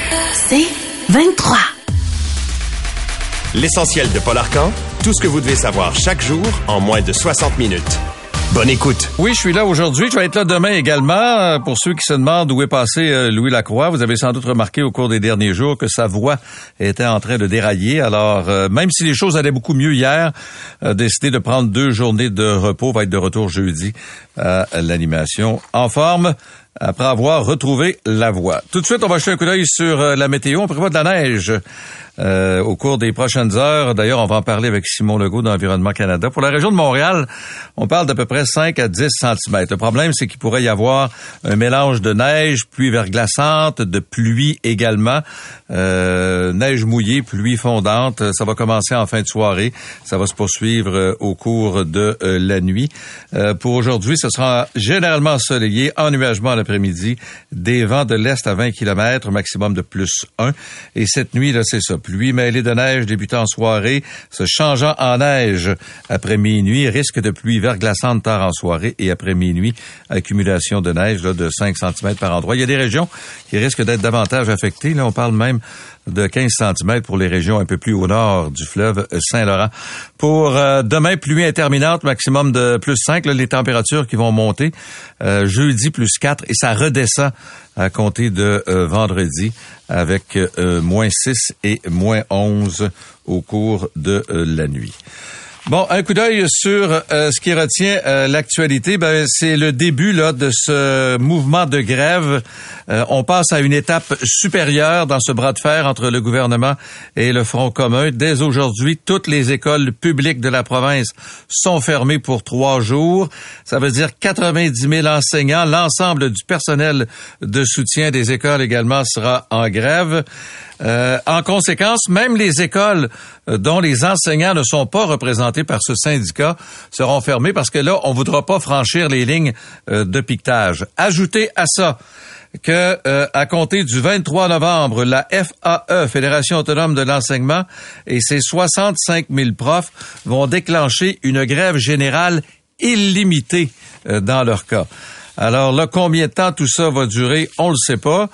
C'est 23. L'essentiel de Paul Arcand, tout ce que vous devez savoir chaque jour en moins de 60 minutes. Bonne écoute. Oui, je suis là aujourd'hui. Je vais être là demain également. Pour ceux qui se demandent où est passé Louis Lacroix, vous avez sans doute remarqué au cours des derniers jours que sa voix était en train de dérailler. Alors, même si les choses allaient beaucoup mieux hier, a décidé de prendre 2 journées de repos, va être de retour jeudi à l'animation en forme après avoir retrouvé la voix. Tout de suite, on va jeter un coup d'œil sur la météo. On prévoit de la neige au cours des prochaines heures. D'ailleurs, on va en parler avec Simon Legault d'Environnement Canada. Pour la région de Montréal, on parle d'à peu près 5 à 10 cm. Le problème, c'est qu'il pourrait y avoir un mélange de neige, pluie verglaçante, de pluie également, neige mouillée, pluie fondante. Ça va commencer en fin de soirée. Ça va se poursuivre au cours de la nuit. Pour aujourd'hui, ce sera généralement ensoleillé, ennuagement l'après-midi, des vents de l'est à 20 km, maximum de +1. Et cette nuit, là, c'est ça. Pluie mêlée de neige débutant en soirée, se changeant en neige après minuit, risque de pluie verglaçante tard en soirée et après minuit, accumulation de neige là, de 5 cm par endroit. Il y a des régions qui risquent d'être davantage affectées. Là, on parle même de 15 cm pour les régions un peu plus au nord du fleuve Saint-Laurent. Pour demain, pluie interminante, maximum de +5, là, les températures qui vont monter. Jeudi, +4, et ça redescend à compter de vendredi avec -6 et -11 au cours de la nuit. Bon, un coup d'œil sur ce qui retient l'actualité. Ben, c'est le début là de ce mouvement de grève. On passe à une étape supérieure dans ce bras de fer entre le gouvernement et le Front commun. Dès aujourd'hui, toutes les écoles publiques de la province sont fermées pour 3 jours. Ça veut dire 90 000 enseignants. L'ensemble du personnel de soutien des écoles également sera en grève. En conséquence, même les écoles dont les enseignants ne sont pas représentés par ce syndicat seront fermées parce que là, on voudra pas franchir les lignes de piquetage. Ajoutez à ça que à compter du 23 novembre, la FAE, Fédération autonome de l'enseignement, et ses 65 000 profs vont déclencher une grève générale illimitée dans leur cas. Alors là, combien de temps tout ça va durer, on le sait pas.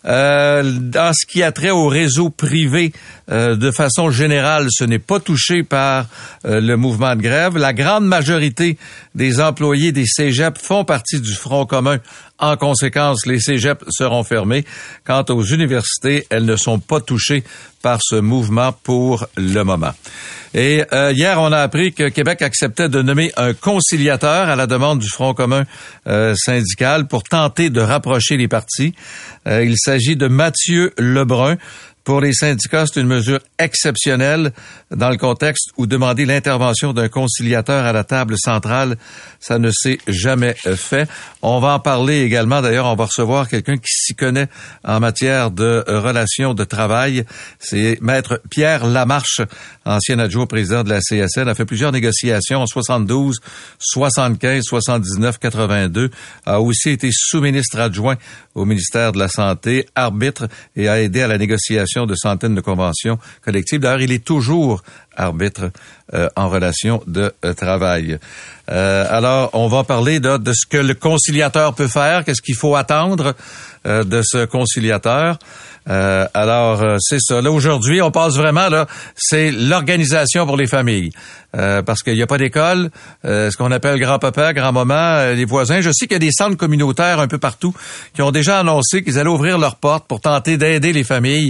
Dans ce qui a trait au réseau privé, de façon générale, ce n'est pas touché par le mouvement de grève. La grande majorité des employés des cégeps font partie du Front commun. En conséquence, les cégeps seront fermés. Quant aux universités, elles ne sont pas touchées par ce mouvement pour le moment. Et hier, on a appris que Québec acceptait de nommer un conciliateur à la demande du Front commun syndical pour tenter de rapprocher les partis. Il s'agit de Mathieu Lebrun. Pour les syndicats, c'est une mesure exceptionnelle dans le contexte où demander l'intervention d'un conciliateur à la table centrale, ça ne s'est jamais fait. On va en parler également. D'ailleurs, on va recevoir quelqu'un qui s'y connaît en matière de relations de travail. C'est Maître Pierre Lamarche, ancien adjoint au président de la CSN, a fait plusieurs négociations en 72, 75, 79, 82, a aussi été sous-ministre adjoint au ministère de la Santé, arbitre et a aidé à la négociation de centaines de conventions collectives. D'ailleurs, il est toujours arbitre en relation de travail. Alors, on va parler de ce que le conciliateur peut faire, qu'est-ce qu'il faut attendre de ce conciliateur. Alors, c'est ça. Là, aujourd'hui, on passe vraiment, là, c'est l'organisation pour les familles. Parce qu'il n'y a pas d'école, ce qu'on appelle grand-papa, grand-maman, les voisins. Je sais qu'il y a des centres communautaires un peu partout qui ont déjà annoncé qu'ils allaient ouvrir leurs portes pour tenter d'aider les familles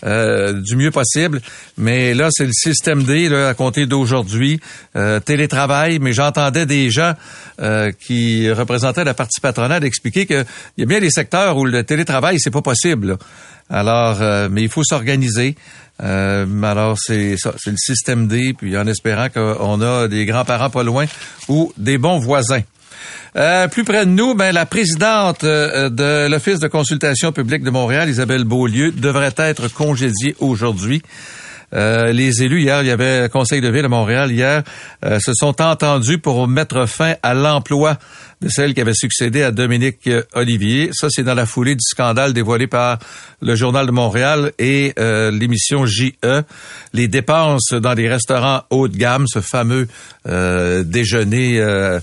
du mieux possible. Mais là, c'est le système D, là, à compter d'aujourd'hui. Télétravail, mais j'entendais des gens qui représentaient la partie patronale expliquer qu'il y a bien des secteurs où le télétravail, c'est pas possible, là. Alors, mais il faut s'organiser. Alors, c'est ça, c'est le système D, puis en espérant qu'on a des grands-parents pas loin ou des bons voisins. Plus près de nous, la présidente de l'Office de consultation publique de Montréal, Isabelle Beaulieu, devrait être congédiée aujourd'hui. Les élus, hier, il y avait le Conseil de ville de Montréal, hier, se sont entendus pour mettre fin à l'emploi de celle qui avait succédé à Dominique Olivier. Ça, c'est dans la foulée du scandale dévoilé par le Journal de Montréal et l'émission J.E. Les dépenses dans les restaurants haut de gamme, ce fameux déjeuner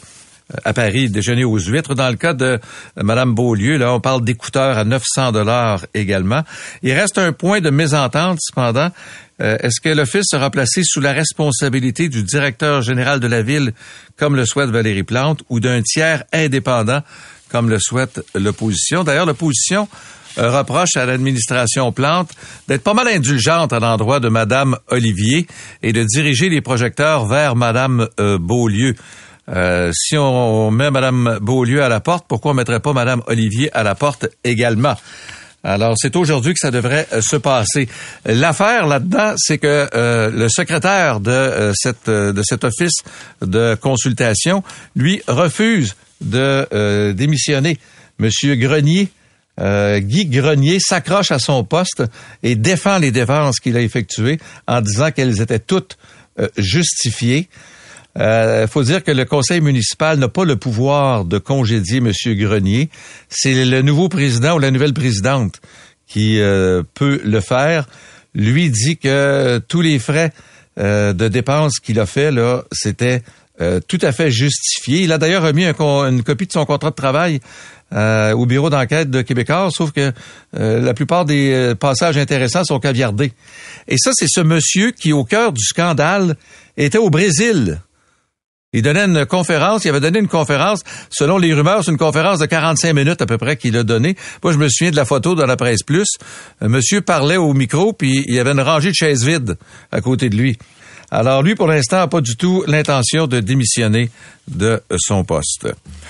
à Paris, déjeuner aux huîtres. Dans le cas de Mme Beaulieu, là, on parle d'écouteurs à 900 $ également. Il reste un point de mésentente, cependant. Est-ce que l'Office sera placé sous la responsabilité du directeur général de la Ville, comme le souhaite Valérie Plante, ou d'un tiers indépendant, comme le souhaite l'opposition? D'ailleurs, l'opposition reproche à l'administration Plante d'être pas mal indulgente à l'endroit de Mme Olivier et de diriger les projecteurs vers Mme Beaulieu. Si on met Mme Beaulieu à la porte, pourquoi on mettrait pas Mme Olivier à la porte également? Alors, c'est aujourd'hui que ça devrait se passer. L'affaire là-dedans, c'est que le secrétaire de cet office de consultation, lui, refuse de démissionner. Monsieur Grenier, Guy Grenier, s'accroche à son poste et défend les dépenses qu'il a effectuées en disant qu'elles étaient toutes justifiées. Faut dire que le conseil municipal n'a pas le pouvoir de congédier M. Grenier. C'est le nouveau président ou la nouvelle présidente qui peut le faire. Lui dit que tous les frais de dépenses qu'il a fait, là, c'était tout à fait justifié. Il a d'ailleurs remis une copie de son contrat de travail au bureau d'enquête de Québécois, sauf que la plupart des passages intéressants sont caviardés. Et ça, c'est ce monsieur qui, au cœur du scandale, était au Brésil. Il avait donné une conférence, selon les rumeurs, c'est une conférence de 45 minutes à peu près qu'il a donnée. Moi, je me souviens de la photo dans la Presse Plus. Monsieur parlait au micro, puis il y avait une rangée de chaises vides à côté de lui. Alors lui, pour l'instant, n'a pas du tout l'intention de démissionner de son poste.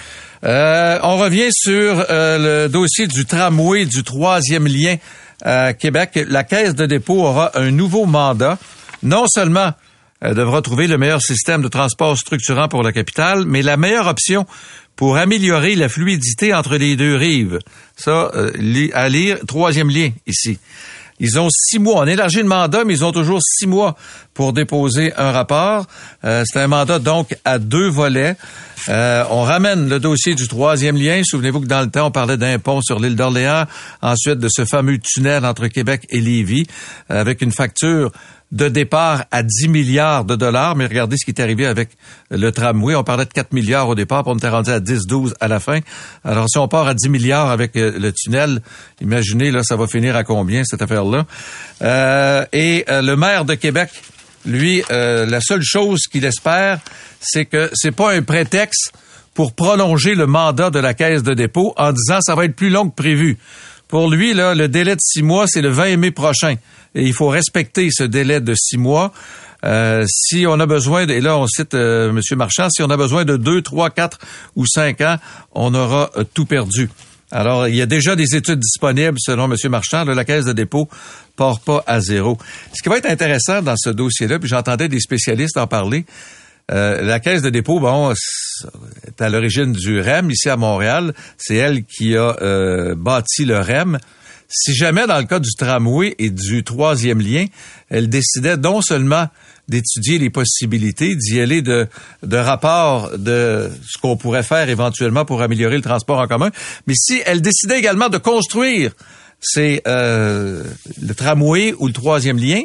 On revient sur le dossier du tramway du 3e lien à Québec. La Caisse de dépôt aura un nouveau mandat. Non seulement elle devra trouver le meilleur système de transport structurant pour la capitale, mais la meilleure option pour améliorer la fluidité entre les deux rives. Ça, à lire, 3e lien ici. Ils ont 6 mois. On élargit le mandat, mais ils ont toujours 6 mois pour déposer un rapport. C'est un mandat donc à 2 volets. On ramène le dossier du 3e lien. Souvenez-vous que dans le temps, on parlait d'un pont sur l'île d'Orléans, ensuite de ce fameux tunnel entre Québec et Lévis, avec une facture de départ à 10 milliards de dollars, mais regardez ce qui est arrivé avec le tramway. On parlait de 4 milliards au départ, puis on était rendu à 10-12 à la fin. Alors, si on part à 10 milliards avec le tunnel, imaginez, là, ça va finir à combien, cette affaire-là? Le maire de Québec, lui, la seule chose qu'il espère, c'est que c'est pas un prétexte pour prolonger le mandat de la Caisse de dépôt en disant ça va être plus long que prévu. Pour lui, là, le délai de 6 mois, c'est le 20 mai prochain. Et il faut respecter ce délai de 6 mois. Si on a besoin, et là on cite M. Marchand, si on a besoin de 2, 3, 4 ou 5 ans, on aura tout perdu. Alors, il y a déjà des études disponibles, selon M. Marchand. Là, la Caisse de dépôt part pas à zéro. Ce qui va être intéressant dans ce dossier-là, puis j'entendais des spécialistes en parler, la Caisse de dépôt, bon, est à l'origine du REM ici à Montréal. C'est elle qui a bâti le REM. Si jamais, dans le cas du tramway et du 3e lien, elle décidait non seulement d'étudier les possibilités, d'y aller de rapports de ce qu'on pourrait faire éventuellement pour améliorer le transport en commun, mais si elle décidait également de construire le tramway ou le 3e lien,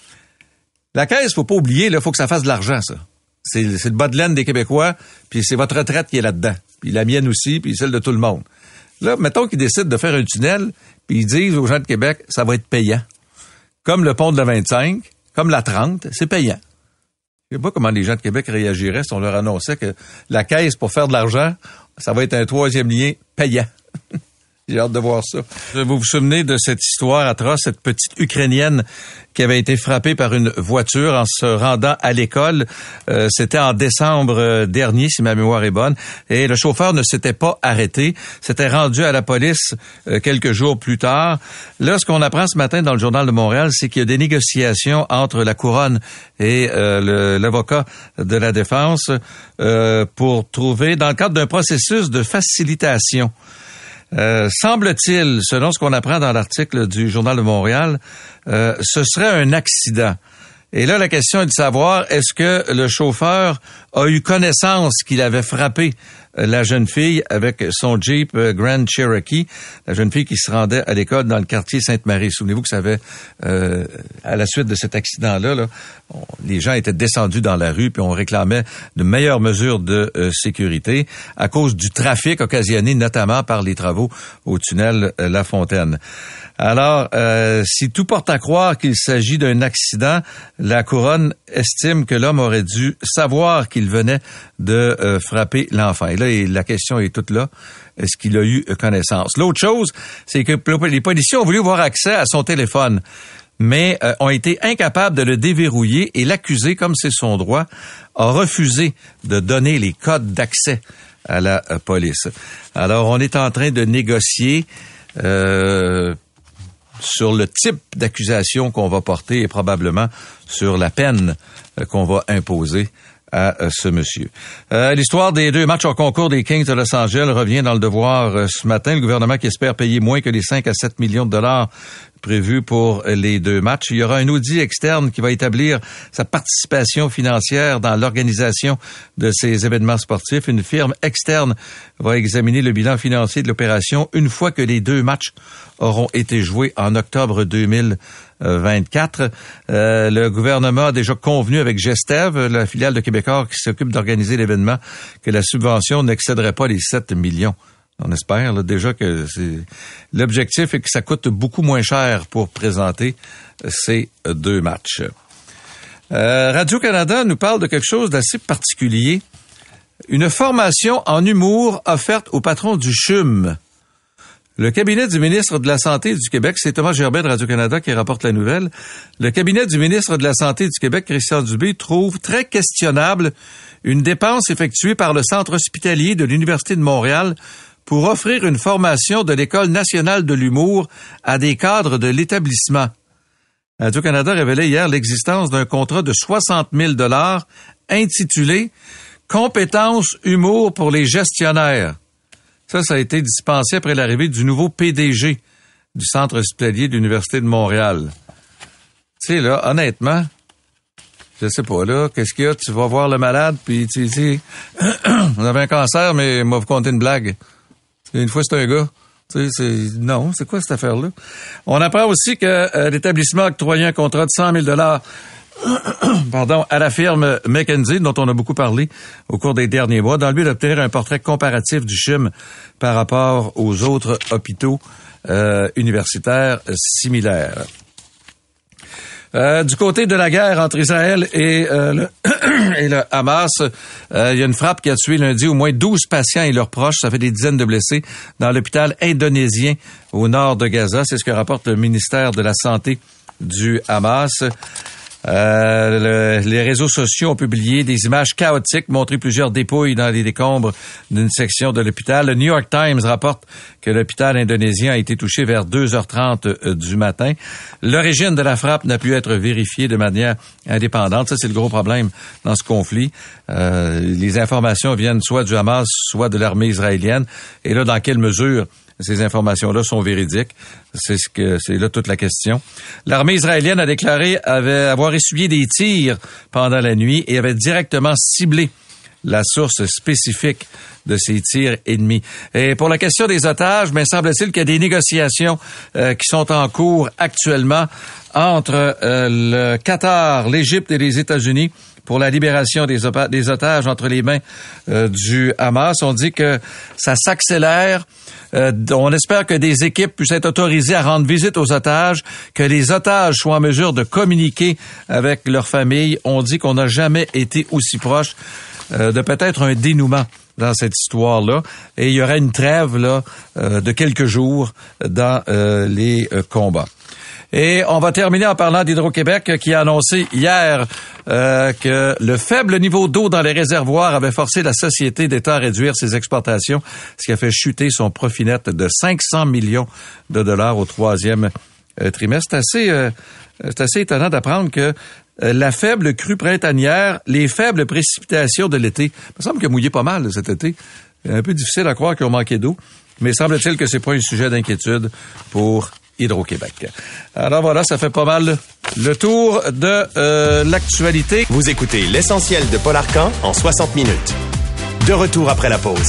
la Caisse, faut pas oublier, là, faut que ça fasse de l'argent, ça. C'est le bas de laine des Québécois, puis c'est votre retraite qui est là-dedans. Puis la mienne aussi, puis celle de tout le monde. Là, mettons qu'ils décident de faire un tunnel, puis ils disent aux gens de Québec, ça va être payant. Comme le pont de la 25, comme la 30, c'est payant. Je sais pas comment les gens de Québec réagiraient si on leur annonçait que la Caisse, pour faire de l'argent, ça va être un 3e lien payant. J'ai hâte de voir ça. Vous vous souvenez de cette histoire atroce, cette petite Ukrainienne qui avait été frappée par une voiture en se rendant à l'école. C'était en décembre dernier, si ma mémoire est bonne. Et le chauffeur ne s'était pas arrêté. S'était rendu à la police quelques jours plus tard. Là, ce qu'on apprend ce matin dans le Journal de Montréal, c'est qu'il y a des négociations entre la Couronne et l'avocat de la défense pour trouver, dans le cadre d'un processus de facilitation, semble-t-il, selon ce qu'on apprend dans l'article du Journal de Montréal, ce serait un accident. Et là, la question est de savoir, est-ce que le chauffeur a eu connaissance qu'il avait frappé la jeune fille avec son Jeep Grand Cherokee, la jeune fille qui se rendait à l'école dans le quartier Sainte-Marie. Souvenez-vous que ça avait, à la suite de cet accident-là, les gens étaient descendus dans la rue puis on réclamait de meilleures mesures de sécurité à cause du trafic occasionné notamment par les travaux au tunnel La Fontaine. Alors, si tout porte à croire qu'il s'agit d'un accident, la couronne estime que l'homme aurait dû savoir qu'il venait de frapper l'enfant. Et là, la question est toute là. Est-ce qu'il a eu connaissance? L'autre chose, c'est que les policiers ont voulu avoir accès à son téléphone, mais ont été incapables de le déverrouiller et l'accusé, comme c'est son droit, a refusé de donner les codes d'accès à la police. Alors, on est en train de négocier sur le type d'accusation qu'on va porter et probablement sur la peine qu'on va imposer à ce monsieur. L'histoire des 2 matchs au concours des Kings de Los Angeles revient dans le Devoir ce matin. Le gouvernement qui espère payer moins que les 5 à 7 millions de dollars prévus pour les 2 matchs. Il y aura un audit externe qui va établir sa participation financière dans l'organisation de ces événements sportifs. Une firme externe va examiner le bilan financier de l'opération une fois que les 2 matchs auront été joués en octobre 2024. Le gouvernement a déjà convenu avec Gestev, la filiale de Québecor qui s'occupe d'organiser l'événement, que la subvention n'excéderait pas les 7 millions. On espère là, déjà que l'objectif est que ça coûte beaucoup moins cher pour présenter ces 2 matchs. Radio-Canada nous parle de quelque chose d'assez particulier. Une formation en humour offerte aux patrons du CHUM. Le cabinet du ministre de la Santé du Québec, c'est Thomas Gerbet de Radio-Canada qui rapporte la nouvelle. Le cabinet du ministre de la Santé du Québec, Christian Dubé, trouve très questionnable une dépense effectuée par le Centre hospitalier de l'Université de Montréal pour offrir une formation de l'École nationale de l'humour à des cadres de l'établissement. Radio-Canada révélait hier l'existence d'un contrat de 60 000 $ intitulé « Compétences humour pour les gestionnaires ». Ça a été dispensé après l'arrivée du nouveau PDG du Centre hospitalier de l'Université de Montréal. Tu sais, là, honnêtement, je sais pas, là, qu'est-ce qu'il y a? Tu vas voir le malade, puis tu sais, on avait un cancer, mais moi, vous comptez une blague. Une fois, c'est un gars. Tu sais, non, c'est quoi cette affaire-là? On apprend aussi que l'établissement a octroyé un contrat de 100 000 $ à la firme McKinsey, dont on a beaucoup parlé au cours des derniers mois, dans le but d'obtenir un portrait comparatif du CHUM par rapport aux autres hôpitaux universitaires similaires. Du côté de la guerre entre Israël et le Hamas, il y a une frappe qui a tué lundi au moins 12 patients et leurs proches. Ça fait des dizaines de blessés dans l'hôpital indonésien au nord de Gaza. C'est ce que rapporte le ministère de la Santé du Hamas. Les réseaux sociaux ont publié des images chaotiques, montré plusieurs dépouilles dans les décombres d'une section de l'hôpital. Le New York Times rapporte que l'hôpital indonésien a été touché vers 2h30 du matin. L'origine de la frappe n'a pu être vérifiée de manière indépendante. Ça, c'est le gros problème dans ce conflit. Les informations viennent soit du Hamas, soit de l'armée israélienne. Et là, dans quelle mesure ces informations-là sont véridiques? C'est là toute la question. L'armée israélienne a déclaré avoir essuyé des tirs pendant la nuit et avait directement ciblé la source spécifique de ces tirs ennemis. Et pour la question des otages, semble-t-il qu'il y a des négociations qui sont en cours actuellement entre le Qatar, l'Égypte et les États-Unis pour la libération des otages entre les mains du Hamas. On dit que ça s'accélère. On espère que des équipes puissent être autorisées à rendre visite aux otages, que les otages soient en mesure de communiquer avec leurs familles. On dit qu'on n'a jamais été aussi proche de peut-être un dénouement dans cette histoire-là. Et il y aurait une trêve là de quelques jours dans les combats. Et on va terminer en parlant d'Hydro-Québec qui a annoncé hier que le faible niveau d'eau dans les réservoirs avait forcé la société d'État à réduire ses exportations, ce qui a fait chuter son profit net de 500 millions de dollars au 3e trimestre. C'est assez étonnant d'apprendre que la faible crue printanière, les faibles précipitations de l'été, il me semble qu'il a mouillé pas mal cet été. C'est un peu difficile à croire qu'ils ont manqué d'eau, mais semble-t-il que c'est pas un sujet d'inquiétude pour Hydro-Québec. Alors voilà, ça fait pas mal le tour de l'actualité. Vous écoutez l'essentiel de Paul Arcan en 60 minutes. De retour après la pause.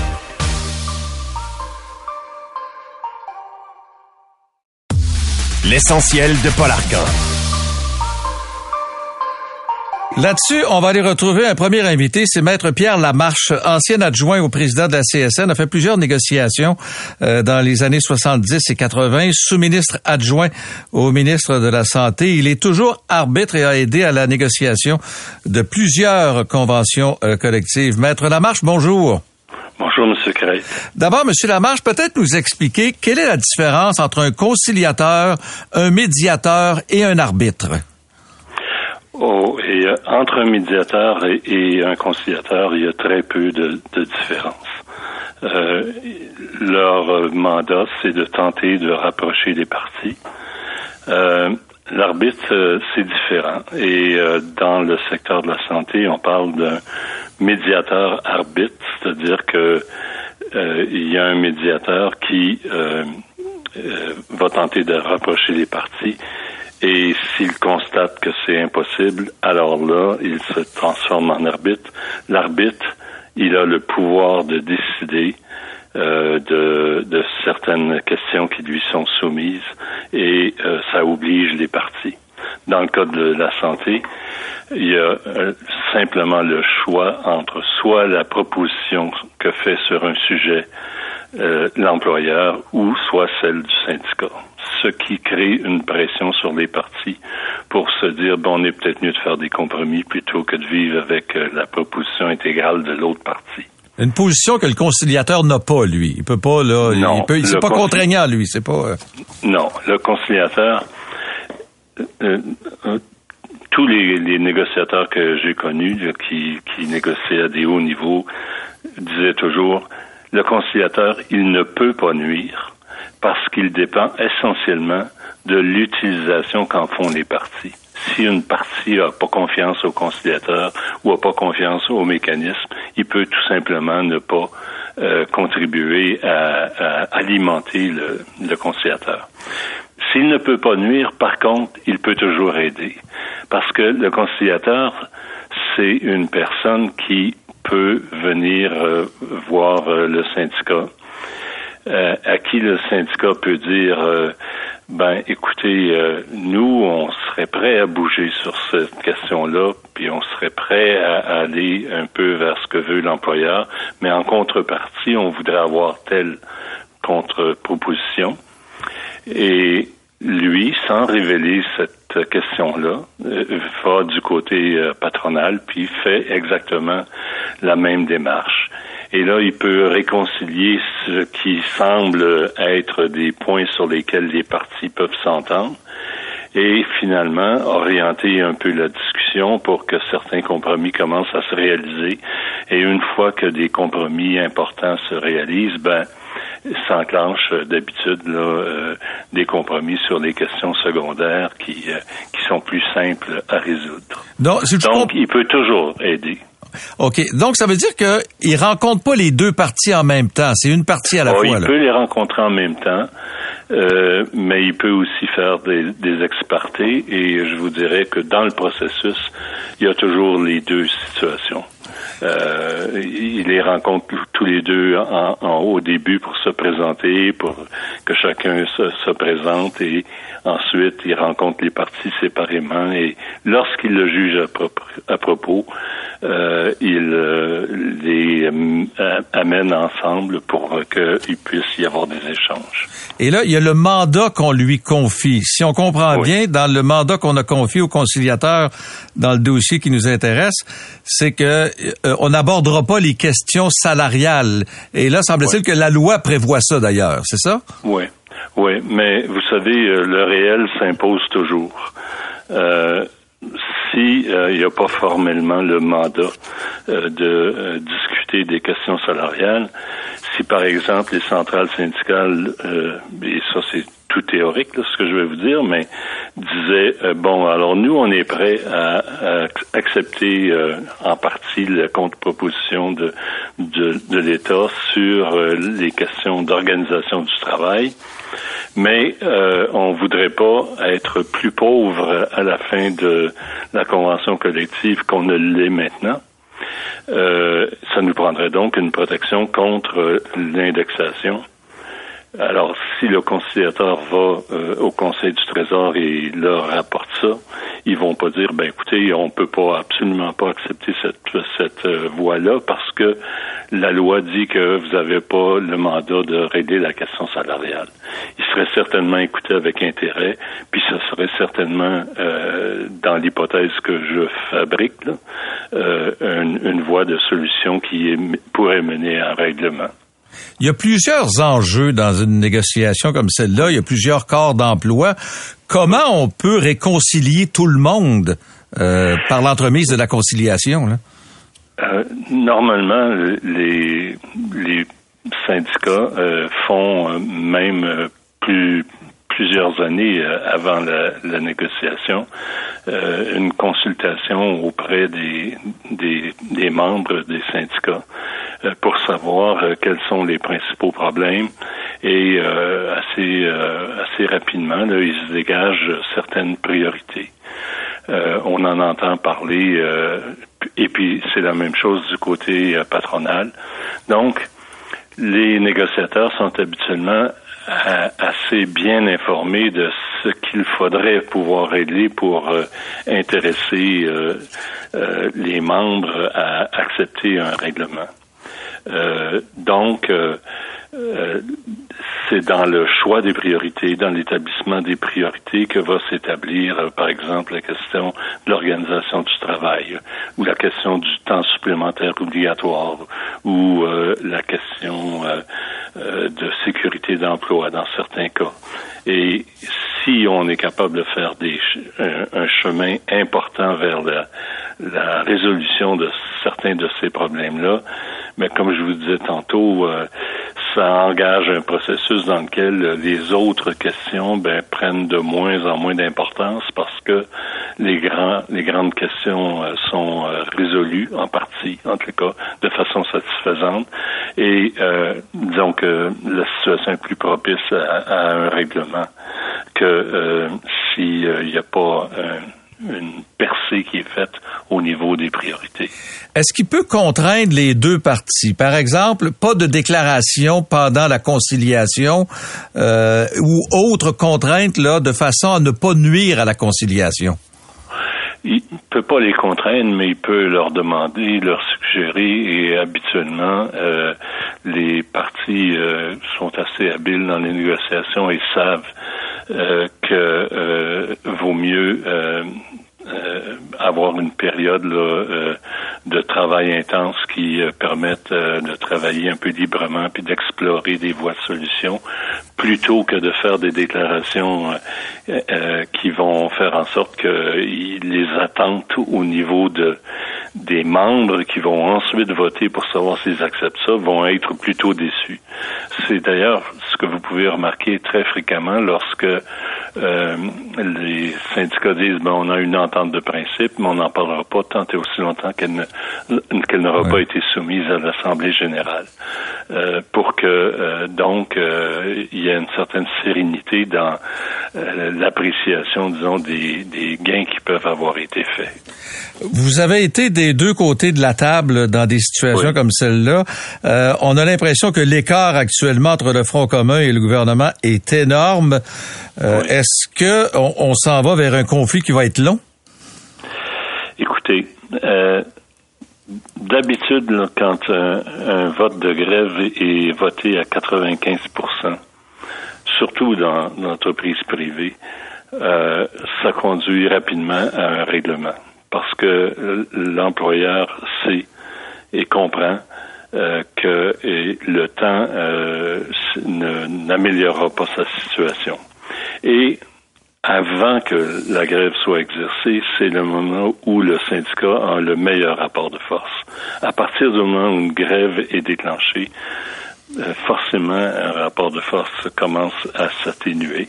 L'essentiel de Paul Arcan. Là-dessus, on va aller retrouver un premier invité, c'est Maître Pierre Lamarche, ancien adjoint au président de la CSN, a fait plusieurs négociations dans les années 70 et 80, sous-ministre adjoint au ministre de la Santé. Il est toujours arbitre et a aidé à la négociation de plusieurs conventions collectives. Maître Lamarche, bonjour. Bonjour, M. Cray. D'abord, M. Lamarche, peut-être nous expliquer quelle est la différence entre un conciliateur, un médiateur et un arbitre? Et entre un médiateur et un conciliateur, il y a très peu de différence. Leur mandat, c'est de tenter de rapprocher les parties. L'arbitre, c'est différent. Et dans le secteur de la santé, on parle d'un médiateur arbitre, c'est-à-dire que il y a un médiateur qui va tenter de rapprocher les parties. Et s'il constate que c'est impossible, alors là, il se transforme en arbitre. L'arbitre, il a le pouvoir de décider de certaines questions qui lui sont soumises et ça oblige les parties. Dans le cas de la santé, il y a simplement le choix entre soit la proposition que fait sur un sujet l'employeur ou soit celle du syndicat. Ce qui crée une pression sur les parties pour se dire, bon, on est peut-être mieux de faire des compromis plutôt que de vivre avec la proposition intégrale de l'autre partie. Une position que le conciliateur n'a pas, lui. Il peut pas, là. Non. C'est pas contraignant, lui. C'est pas. Non. Le conciliateur, tous les négociateurs que j'ai connus, là, qui négociaient à des hauts niveaux, disaient toujours, le conciliateur, il ne peut pas nuire parce qu'il dépend essentiellement de l'utilisation qu'en font les parties. Si une partie n'a pas confiance au conciliateur ou n'a pas confiance au mécanisme, il peut tout simplement ne pas contribuer à alimenter le conciliateur. S'il ne peut pas nuire, par contre, il peut toujours aider. Parce que le conciliateur, c'est une personne qui peut venir voir le syndicat, à qui le syndicat peut dire écoutez, nous, on serait prêt à bouger sur cette question-là, puis on serait prêt à aller un peu vers ce que veut l'employeur, mais en contrepartie, on voudrait avoir telle contre-proposition. Et lui, sans révéler cette question-là, va du côté patronal, puis fait exactement la même démarche. Et là, il peut réconcilier ce qui semble être des points sur lesquels les parties peuvent s'entendre et finalement orienter un peu la discussion pour que certains compromis commencent à se réaliser. Et une fois que des compromis importants se réalisent, s'enclenchent d'habitude des compromis sur les questions secondaires qui sont plus simples à résoudre. Donc, il peut toujours aider. OK. Donc, ça veut dire qu'il rencontre pas les deux parties en même temps. C'est une partie à la fois. Il peut les rencontrer en même temps, mais il peut aussi faire des ex-partés. Et je vous dirais que dans le processus, il y a toujours les deux situations. Il les rencontre tous les deux au début pour se présenter, pour que chacun se présente et ensuite il rencontre les parties séparément et lorsqu'il le juge à propos, il les amène ensemble pour qu'il puisse y avoir des échanges. Et là, il y a le mandat qu'on lui confie. Si on comprend bien, dans le mandat qu'on a confié au conciliateur dans le dossier qui nous intéresse, c'est que on n'abordera pas les questions salariales. Et là, semble-t-il que la loi prévoit ça d'ailleurs, c'est ça? Oui, mais vous savez, le réel s'impose toujours. Si il n'y a pas formellement le mandat de discuter des questions salariales, si par exemple les centrales syndicales, et ça c'est tout théorique, là, ce que je vais vous dire, mais disaient, alors nous on est prêts à accepter en partie la contre-proposition de l'État sur les questions d'organisation du travail, mais on voudrait pas être plus pauvre à la fin de la convention collective qu'on ne l'est maintenant. Ça nous prendrait donc une protection contre l'indexation. Alors, si le conciliateur va au Conseil du Trésor et leur rapporte ça, ils vont pas dire, ben écoutez, on peut pas absolument pas accepter cette voie-là parce que la loi dit que vous avez pas le mandat de régler la question salariale. Ils seraient certainement écoutés avec intérêt, puis ce serait certainement, dans l'hypothèse que je fabrique, là, une voie de solution qui pourrait mener à un règlement. Il y a plusieurs enjeux dans une négociation comme celle-là. Il y a plusieurs corps d'emploi. Comment on peut réconcilier tout le monde par l'entremise de la conciliation, là? Normalement, les syndicats font même plusieurs années avant la négociation une consultation auprès des membres des syndicats pour savoir quels sont les principaux problèmes et assez rapidement là, ils se dégagent certaines priorités. On en entend parler et puis c'est la même chose du côté patronal. Donc les négociateurs sont habituellement assez bien informés de ce qu'il faudrait pouvoir régler pour intéresser les membres à accepter un règlement. Donc, c'est dans le choix des priorités, dans l'établissement des priorités que va s'établir, par exemple, la question de l'organisation du travail, ou la question du temps supplémentaire obligatoire, ou la question de sécurité d'emploi dans certains cas. Et si on est capable de faire un chemin important vers la résolution de certains de ces problèmes-là, mais comme je vous disais tantôt, ça engage un processus dans lequel les autres questions prennent de moins en moins d'importance parce que les grandes questions sont résolues en partie, en tout cas, de façon satisfaisante. Et disons que la situation est plus propice à un règlement que s'il n'y a pas une percée qui est faite au niveau des priorités. Est-ce qu'il peut contraindre les deux parties? Par exemple, pas de déclaration pendant la conciliation ou autre contrainte là, de façon à ne pas nuire à la conciliation? Il ne peut pas les contraindre, mais il peut leur demander, leur suggérer, et habituellement, les parties sont assez habiles dans les négociations et savent que vaut mieux avoir une période là, de travail intense qui permette de travailler un peu librement puis d'explorer des voies de solution plutôt que de faire des déclarations qui vont faire en sorte que les attentes au niveau des membres qui vont ensuite voter pour savoir s'ils acceptent ça vont être plutôt déçus. C'est d'ailleurs ce que vous pouvez remarquer très fréquemment lorsque les syndicats disent on a une entente de principe, mais on n'en parlera pas tant et aussi longtemps qu'elle n'aura pas été soumise à l'Assemblée générale. Pour que donc il y ait une certaine sérénité dans l'appréciation, disons, des gains qui peuvent avoir été faits. Vous avez été des deux côtés de la table dans des situations comme celle-là. On a l'impression que l'écart actuellement entre le Front commun et le gouvernement est énorme. Est-ce que on s'en va vers un conflit qui va être long? Écoutez, d'habitude, là, quand un vote de grève est voté à 95%, surtout dans l'entreprise privée, ça conduit rapidement à un règlement. Parce que l'employeur sait et comprend que le temps n'améliorera pas sa situation. Et avant que la grève soit exercée, c'est le moment où le syndicat a le meilleur rapport de force. À partir du moment où une grève est déclenchée, forcément, un rapport de force commence à s'atténuer.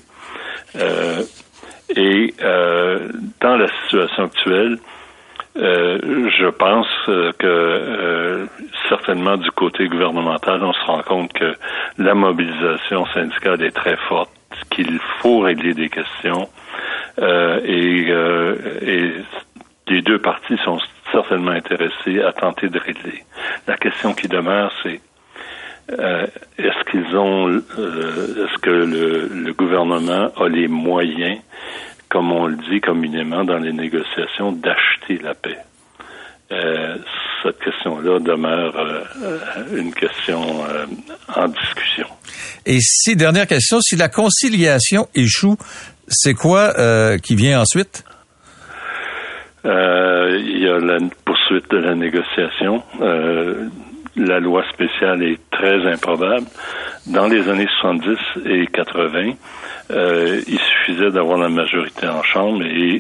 Et dans la situation actuelle, je pense que certainement du côté gouvernemental, on se rend compte que la mobilisation syndicale est très forte, qu'il faut régler des questions et les deux parties sont certainement intéressés à tenter de régler. La question qui demeure, c'est est-ce que le gouvernement a les moyens, comme on le dit communément dans les négociations, d'acheter la paix? Cette question-là demeure une question en discussion. Et dernière question, si la conciliation échoue, c'est quoi qui vient ensuite? Il y a la poursuite de la négociation. La loi spéciale est très improbable. Dans les années 70 et 80, il suffisait d'avoir la majorité en chambre et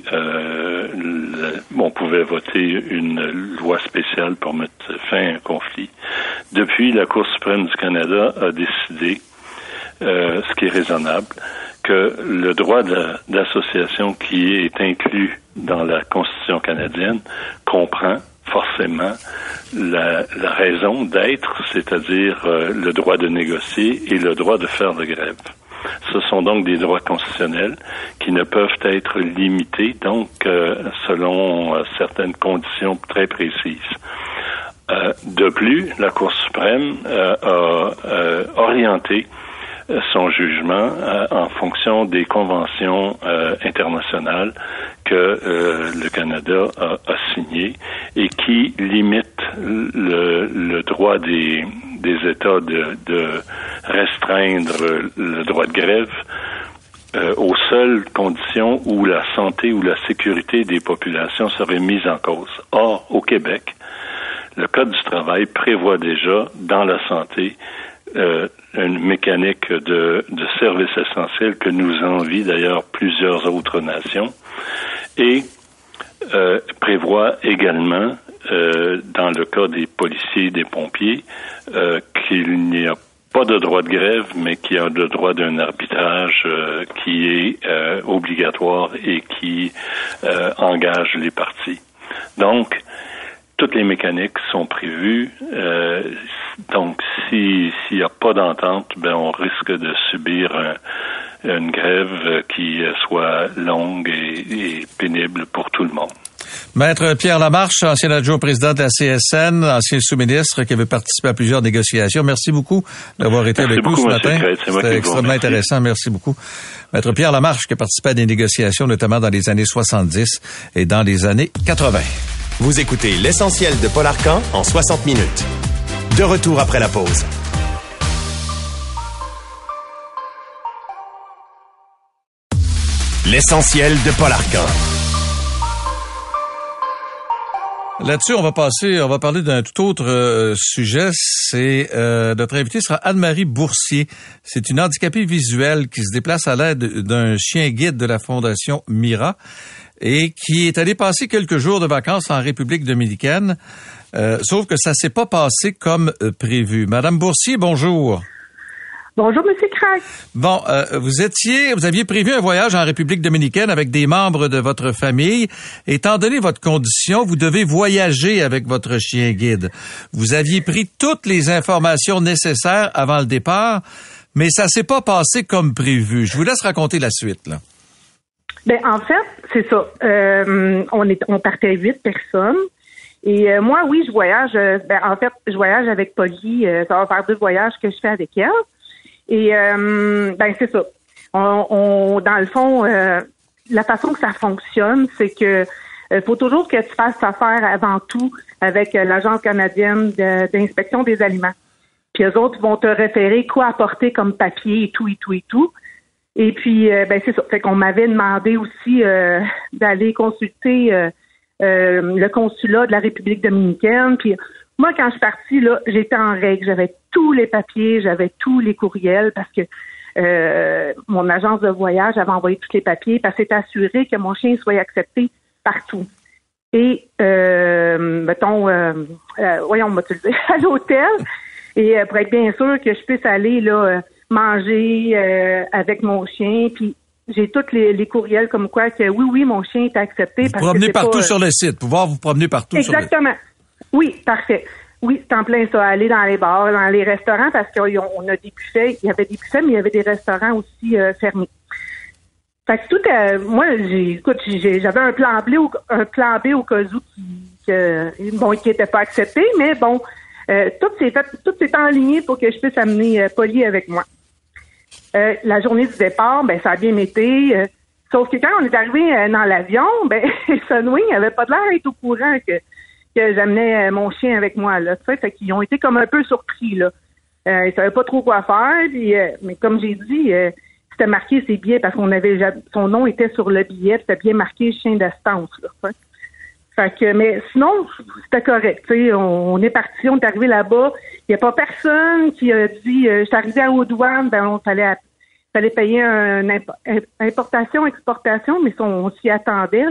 on pouvait voter une loi spéciale pour mettre fin à un conflit. Depuis, la Cour suprême du Canada a décidé, ce qui est raisonnable, que le droit d'association qui est inclus dans la Constitution canadienne comprend forcément la raison d'être, c'est-à-dire le droit de négocier et le droit de faire de grève. Ce sont donc des droits constitutionnels qui ne peuvent être limités, donc selon certaines conditions très précises. De plus, la Cour suprême a orienté son jugement en fonction des conventions internationales que le Canada a signées et qui limitent le droit des États de restreindre le droit de grève aux seules conditions où la santé ou la sécurité des populations serait mise en cause. Or, au Québec, le Code du travail prévoit déjà dans la santé une mécanique de service essentiel que nous envient d'ailleurs plusieurs autres nations et prévoit également, dans le cas des policiers et des pompiers, qu'il n'y a pas de droit de grève, mais qu'il y a le droit d'un arbitrage qui est obligatoire et qui engage les parties. Donc, toutes les mécaniques sont prévues. Donc, s'il n'y a pas d'entente, on risque de subir une grève qui soit longue et pénible pour tout le monde. Maître Pierre Lamarche, ancien adjoint au président de la CSN, ancien sous-ministre qui avait participé à plusieurs négociations. Merci beaucoup d'avoir été avec nous ce matin. C'était extrêmement intéressant. Merci beaucoup. Maître Pierre Lamarche qui a participé à des négociations, notamment dans les années 70 et dans les années 80. Vous écoutez l'essentiel de Paul Arcan en 60 minutes. De retour après la pause. L'essentiel de Paul Arcan. Là-dessus, on va parler d'un tout autre sujet. C'est notre invité sera Anne-Marie Boursier. C'est une handicapée visuelle qui se déplace à l'aide d'un chien guide de la Fondation Mira et qui est allée passer quelques jours de vacances en République dominicaine. Sauf que ça s'est pas passé comme prévu. Madame Boursier, bonjour. Bonjour, Monsieur Craig. Bon, vous aviez prévu un voyage en République dominicaine avec des membres de votre famille. Étant donné votre condition, vous devez voyager avec votre chien guide. Vous aviez pris toutes les informations nécessaires avant le départ, mais ça s'est pas passé comme prévu. Je vous laisse raconter la suite, là. En fait, c'est ça. On partait 8 personnes. Et moi, oui, je voyage. Je voyage avec Polly. Ça va faire 2 voyages que je fais avec elle. Et c'est ça. On dans le fond, la façon que ça fonctionne, c'est que faut toujours que tu fasses affaire avant tout avec l'Agence canadienne d'inspection des aliments. Puis eux autres vont te référer quoi apporter comme papier et tout. Et puis c'est ça. Fait qu'on m'avait demandé aussi d'aller consulter le consulat de la République dominicaine. Puis moi, quand je suis partie, là, j'étais en règle. J'avais tous les papiers, j'avais tous les courriels parce que mon agence de voyage avait envoyé tous les papiers parce que c'était assuré que mon chien soit accepté partout. Et, à l'hôtel, et pour être bien sûr que je puisse aller là manger avec mon chien, puis j'ai tous les courriels comme quoi que oui, mon chien est accepté. Vous promenez partout sur le site, pouvoir vous promener partout. Exactement. Oui, parfait. Oui, c'est en plein ça. Aller dans les bars, dans les restaurants, parce qu'on a des buffets. Il y avait des buffets, mais il y avait des restaurants aussi fermés. Fait que moi, j'avais un plan B au cas où qui n'était pas accepté, mais bon, tout s'est enligné pour que je puisse amener Polly avec moi. La journée du départ, ça a bien été. Sauf que quand on est arrivé dans l'avion, Sunwing avait pas l'air d'être au courant que j'amenais mon chien avec moi, là. Tu sais, fait qu'ils ont été comme un peu surpris, là. Ils savaient pas trop quoi faire, puis, mais comme j'ai dit, c'était marqué ses billets parce qu'on avait son nom était sur le billet, c'était bien marqué chien d'assistance, là. Tu sais. Fait que, mais sinon, c'était correct. Tu sais, on est parti, on est arrivé là-bas. Il n'y a pas personne qui a dit, je suis arrivé à Haute-Douane, on fallait payer une importation, exportation, mais on s'y attendait,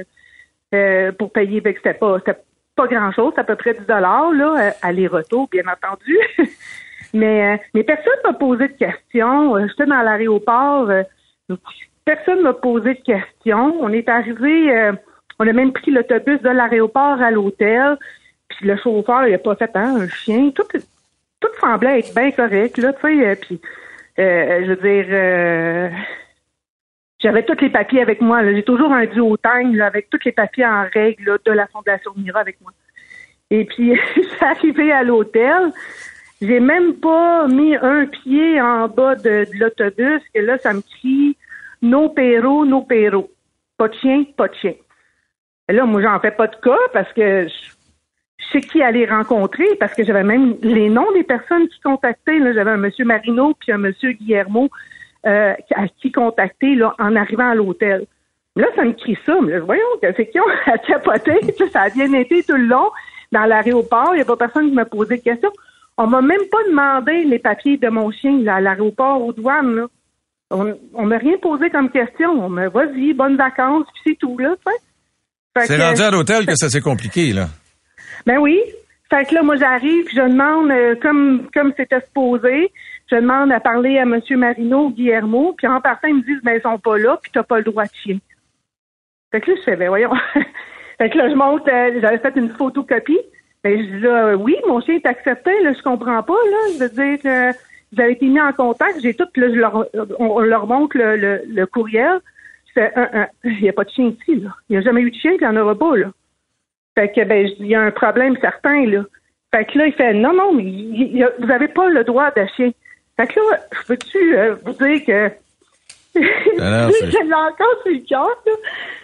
là, pour payer. Fait que c'était pas grand-chose, c'est à peu près $10, là, aller-retour, bien entendu. mais personne m'a posé de questions. J'étais dans l'aéroport, personne m'a posé de questions. On est arrivé, on a même pris l'autobus de l'aéroport à l'hôtel, puis le chauffeur, il a pas fait un chien. Tout semblait être bien correct, là, tu sais, puis je veux dire, j'avais tous les papiers avec moi. Là. J'ai toujours un duotime là, avec tous les papiers en règle là, de la Fondation Mira avec moi. Et puis, je suis arrivée à l'hôtel. J'ai même pas mis un pied en bas de l'autobus. Et là, ça me crie « No pero, no pero ». Pas de chien, pas de chien. Et là, moi, j'en fais pas de cas parce que je sais qui aller rencontrer parce que j'avais même les noms des personnes qui contactaient. Là, j'avais un monsieur Marino puis un monsieur Guillermo à qui contacter là, en arrivant à l'hôtel. Là, ça me crie ça. Mais là, voyons, c'est qui on a capoté. Ça a bien été tout le long dans l'aéroport. Il n'y a pas personne qui m'a posé de questions. On m'a même pas demandé les papiers de mon chien là, à l'aéroport aux douanes. Là. On m'a rien posé comme question. On m'a vas-y, bonnes vacances, puis c'est tout, là, tu sais. C'est rendu à l'hôtel que ça s'est compliqué, là. Ben oui. Fait que là, moi, j'arrive, je demande, comme c'était supposé, je demande à parler à M. Marino, Guillermo, puis en partant, ils me disent, ils sont pas là, puis t'as pas le droit de chien. Fait que là, je fais, voyons. Fait que là, je monte, j'avais fait une photocopie. Ben, je dis là, oui, mon chien est accepté, là, je comprends pas, là. Je veux dire que vous avez été mis en contact, j'ai tout, là, on leur montre le courriel. Je fais, il n'y a pas de chien ici, là. Il n'y a jamais eu de chien, puis il n'y en aura pas, là. Fait que, je dis, il y a un problème certain, là. Fait que là, il fait, non, mais vous n'avez pas le droit de chien. Fait que là, peux-tu vous dire que je l'ai encore sur le cœur, là.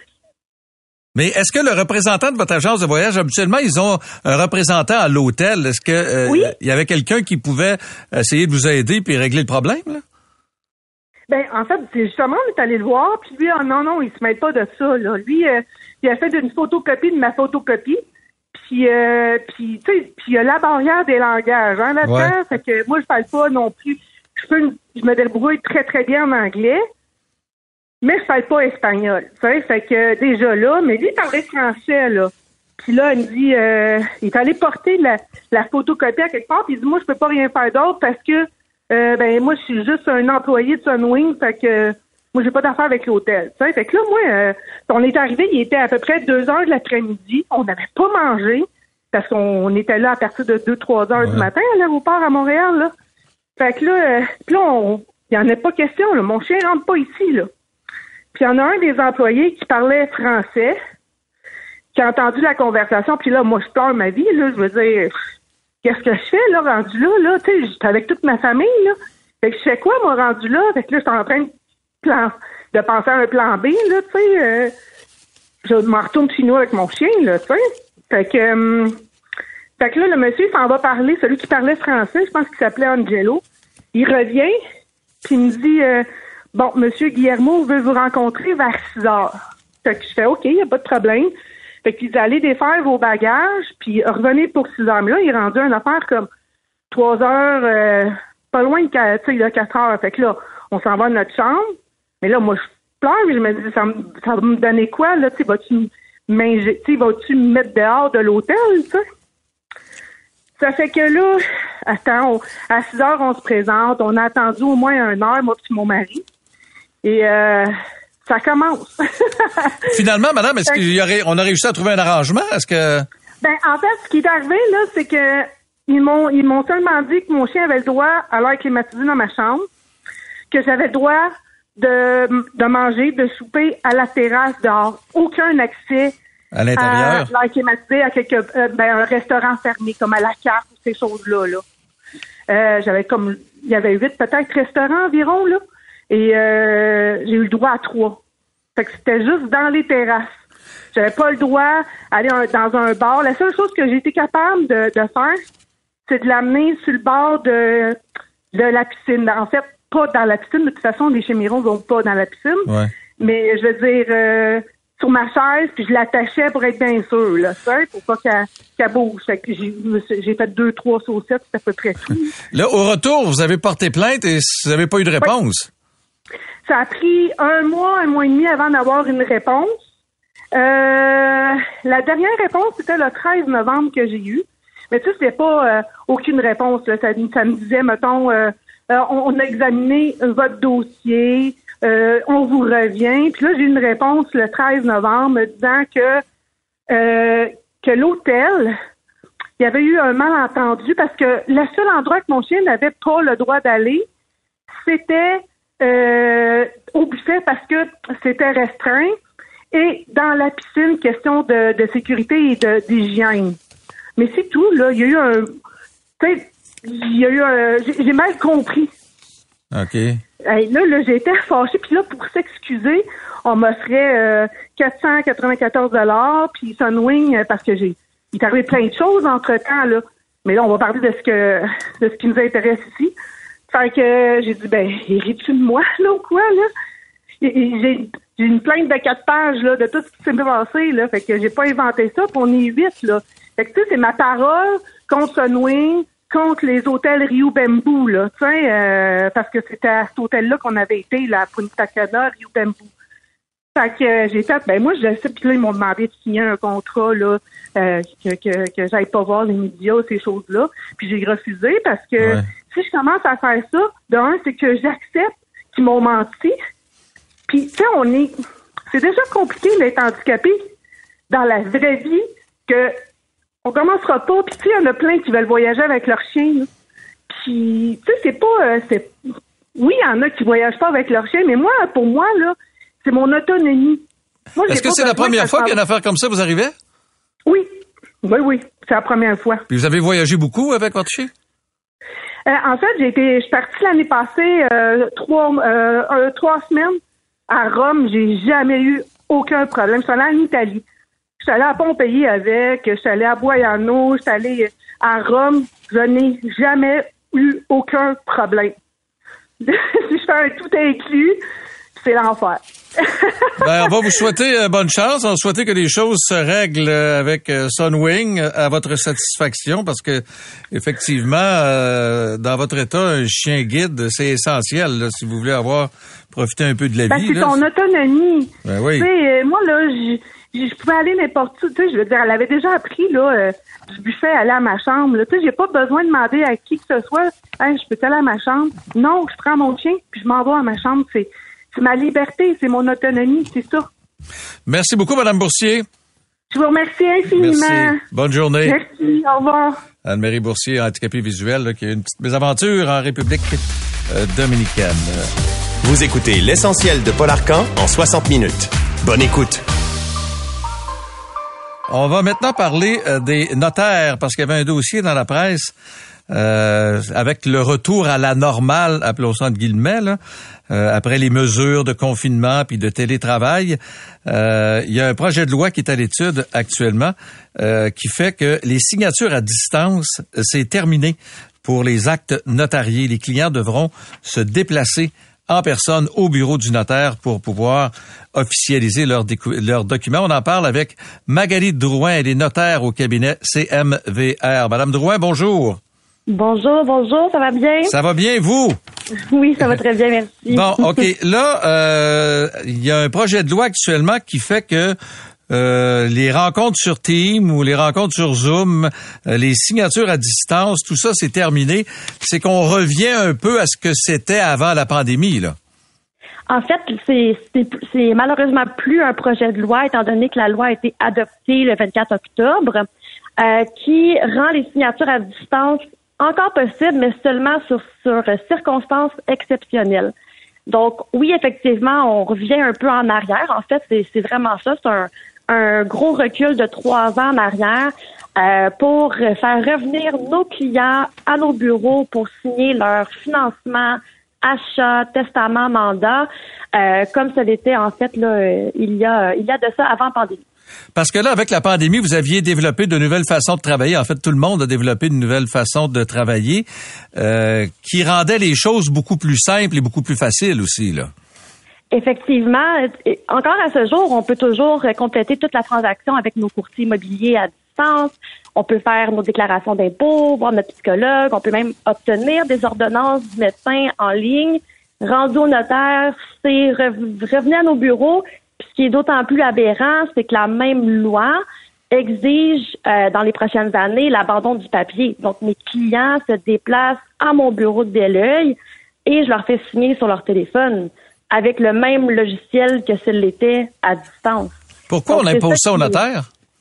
Mais est-ce que le représentant de votre agence de voyage, habituellement, ils ont un représentant à l'hôtel? Est-ce que oui? Il y avait quelqu'un qui pouvait essayer de vous aider puis régler le problème, là? Ben, en fait, c'est justement, on est allé le voir, puis lui, non, il se mêle pas de ça, là. Lui, il a fait une photocopie de ma photocopie, puis tu sais, puis il y a la barrière des langages, hein, là-dedans. Ouais. Fait que moi, je parle pas non plus. Je me débrouille très, très bien en anglais. Mais je parle pas espagnol, tu sais, fait que déjà là, mais lui, il parlait français, là. Puis là, il me dit, il est allé porter la photocopie à quelque part, puis il dit, moi, je peux pas rien faire d'autre parce que, moi, je suis juste un employé de Sunwing, fait que, moi, j'ai pas d'affaires avec l'hôtel, tu sais. Fait que là, moi, on est arrivé, il était à peu près 2h de l'après-midi, on n'avait pas mangé, parce qu'on était là à partir de 2-3 heures du matin à l'aéroport à Montréal, là. Fait que là, il y en a pas question, là. Mon chien rentre pas ici, là. Puis il y en a un des employés qui parlait français, qui a entendu la conversation, puis là, moi, je pleure ma vie, là, je veux dire, qu'est-ce que je fais, là, rendu là, tu sais, j'étais avec toute ma famille, là. Fait que je fais quoi, moi, rendu là? Fait que là, j'étais en train de penser à un plan B, là, tu sais, je m'en retourne chez nous avec mon chien, là, tu sais. Fait que là, le monsieur s'en va parler, celui qui parlait français, je pense qu'il s'appelait Angelo. Il revient, puis il me dit... bon, monsieur Guillermo veut vous rencontrer vers 6h. Fait que je fais OK, il n'y a pas de problème. Fait qu'ils allaient défaire vos bagages, puis revenez pour 6h. Mais là, il est rendu une affaire comme 3 heures, pas loin de 4 heures. Fait que là, on s'en va à notre chambre. Mais là, moi, je pleure, mais je me dis, ça va me donner quoi, là? Tu sais, vas-tu me mettre dehors de l'hôtel, tu sais? Ça fait que là, attends, à 6h, on se présente. On a attendu au moins 1 heure, moi et mon mari. Et ça commence. Finalement, madame, est-ce qu'on a réussi à trouver un arrangement? Est-ce que... Ben, en fait, ce qui est arrivé, là, c'est que ils m'ont seulement dit que mon chien avait le droit à l'air climatisé dans ma chambre, que j'avais le droit de manger, de souper à la terrasse dehors. Aucun accès À l'intérieur? L'air climatisé à un restaurant fermé, comme à la carte, ou ces choses-là, là. Il y avait 8 peut-être restaurants environ, là. Et j'ai eu le droit à 3. Fait que c'était juste dans les terrasses. J'avais pas le droit d'aller dans un bar. La seule chose que j'ai été capable de faire, c'est de l'amener sur le bord de la piscine. En fait, pas dans la piscine. De toute façon, les Chemérons vont pas dans la piscine. Ouais. Mais je veux dire, sur ma chaise, puis je l'attachais pour être bien sûr, là, pour pas qu'elle bouge. Fait que j'ai fait 2-3 saucettes, c'est à peu près tout. Là, au retour, vous avez porté plainte et vous n'avez pas eu de réponse. Oui. Ça a pris 1 mois et demi avant d'avoir une réponse. La dernière réponse, c'était le 13 novembre que j'ai eu. Mais tu sais, c'était pas aucune réponse. Là. Ça me disait, mettons, on a examiné votre dossier, on vous revient. Puis là, j'ai eu une réponse le 13 novembre me disant que l'hôtel, il y avait eu un malentendu parce que le seul endroit que mon chien n'avait pas le droit d'aller, c'était au buffet parce que c'était restreint. Et dans la piscine, question de sécurité et d'hygiène. Mais c'est tout, là. Il y a eu j'ai mal compris. OK. Là, j'ai été fâchée. Puis là, pour s'excuser, on m'offrait 494 $. Puis Sunwing, parce que il est arrivé plein de choses entre-temps, là. Mais là, on va parler de ce qui nous intéresse ici. Fait que j'ai dit, ris-tu de moi, là, ou quoi, là? J'ai une plainte de 4 pages là, de tout ce qui s'est passé. Là, fait que j'ai pas inventé ça, puis on est 8. Là. Fait que tu sais, c'est ma parole contre Sunwing, contre les hôtels Rio Bamboo, là, parce que c'était à cet hôtel-là qu'on avait été, là, à Punta Cana, Rio Bamboo. Fait que j'ai fait, moi, je sais, puis là, ils m'ont demandé de signer un contrat, là, que j'aille pas voir les médias, ces choses-là. Puis j'ai refusé parce que si je commence à faire ça, c'est que j'accepte qu'ils m'ont menti. Puis, tu sais, c'est déjà compliqué d'être handicapé dans la vraie vie que on commencera pas. Puis, tu sais, il y en a plein qui veulent voyager avec leur chien. Là. Puis, tu sais, c'est pas... Oui, il y en a qui voyagent pas avec leur chien, mais moi, pour moi, là, c'est mon autonomie. Moi, est-ce que c'est la première fois qu'une affaire comme ça vous arrivait? Oui. Oui, c'est la première fois. Puis vous avez voyagé beaucoup avec votre chien? En fait, je suis partie l'année passée 3 semaines. À Rome, j'ai jamais eu aucun problème. Je suis allée en Italie. Je suis allée à Pompéi avec. Je suis allée à Boiano. Je suis allée à Rome. Je n'ai jamais eu aucun problème. Si je fais un tout inclus, c'est l'enfer. On va vous souhaiter bonne chance. On souhaite que les choses se règlent avec Sunwing à votre satisfaction parce que effectivement, dans votre état, un chien guide, c'est essentiel là, si vous voulez profiter un peu de la vie. C'est ton autonomie. Ben oui. Tu sais, moi là, je pouvais aller n'importe où. Tu sais, je veux dire, elle avait déjà appris là du buffet aller à ma chambre. Tu sais, j'ai pas besoin de demander à qui que ce soit. Hey, je peux aller à ma chambre. Non, je prends mon chien puis je m'en vais à ma chambre. C'est ma liberté, c'est mon autonomie, c'est ça. Merci beaucoup, Mme Boursier. Je vous remercie infiniment. Merci. Bonne journée. Merci, au revoir. Anne-Marie Boursier, handicapée visuelle, là, qui a une petite mésaventure en République dominicaine. Vous écoutez l'essentiel de Paul Arcan en 60 minutes. Bonne écoute. On va maintenant parler des notaires, parce qu'il y avait un dossier dans la presse avec le retour à la normale, appelons ça entre guillemets, là, après les mesures de confinement puis de télétravail. Il y a un projet de loi qui est à l'étude actuellement qui fait que les signatures à distance, c'est terminé pour les actes notariés. Les clients devront se déplacer en personne au bureau du notaire pour pouvoir officialiser leurs documents. On en parle avec Magali Drouin, elle est notaire au cabinet CMVR. Madame Drouin, bonjour. Bonjour, ça va bien? Ça va bien, vous? Oui, ça va très bien, merci. Bon, OK. Là, il y a un projet de loi actuellement qui fait que les rencontres sur Teams ou les rencontres sur Zoom, les signatures à distance, tout ça, c'est terminé. C'est qu'on revient un peu à ce que c'était avant la pandémie, là. En fait, c'est malheureusement plus un projet de loi, étant donné que la loi a été adoptée le 24 octobre, qui rend les signatures à distance encore possibles, mais seulement sur circonstances exceptionnelles. Donc, oui, effectivement, on revient un peu en arrière. En fait, c'est vraiment ça. un gros recul de 3 ans en arrière pour faire revenir nos clients à nos bureaux pour signer leur financement, achat, testament, mandat, comme ça l'était en fait là, il y a de ça avant pandémie. Parce que là, avec la pandémie, vous aviez développé de nouvelles façons de travailler. En fait, tout le monde a développé de nouvelles façons de travailler qui rendaient les choses beaucoup plus simples et beaucoup plus faciles aussi, là. Effectivement. Encore à ce jour, on peut toujours compléter toute la transaction avec nos courtiers immobiliers à distance. On peut faire nos déclarations d'impôts, voir notre psychologue. On peut même obtenir des ordonnances du médecin en ligne. Rendu au notaire, c'est revenir à nos bureaux. Puis ce qui est d'autant plus aberrant, c'est que la même loi exige dans les prochaines années l'abandon du papier. Donc, mes clients se déplacent à mon bureau de Belleuil et je leur fais signer sur leur téléphone avec le même logiciel que s'il l'était à distance. Pourquoi on impose ça au notaire?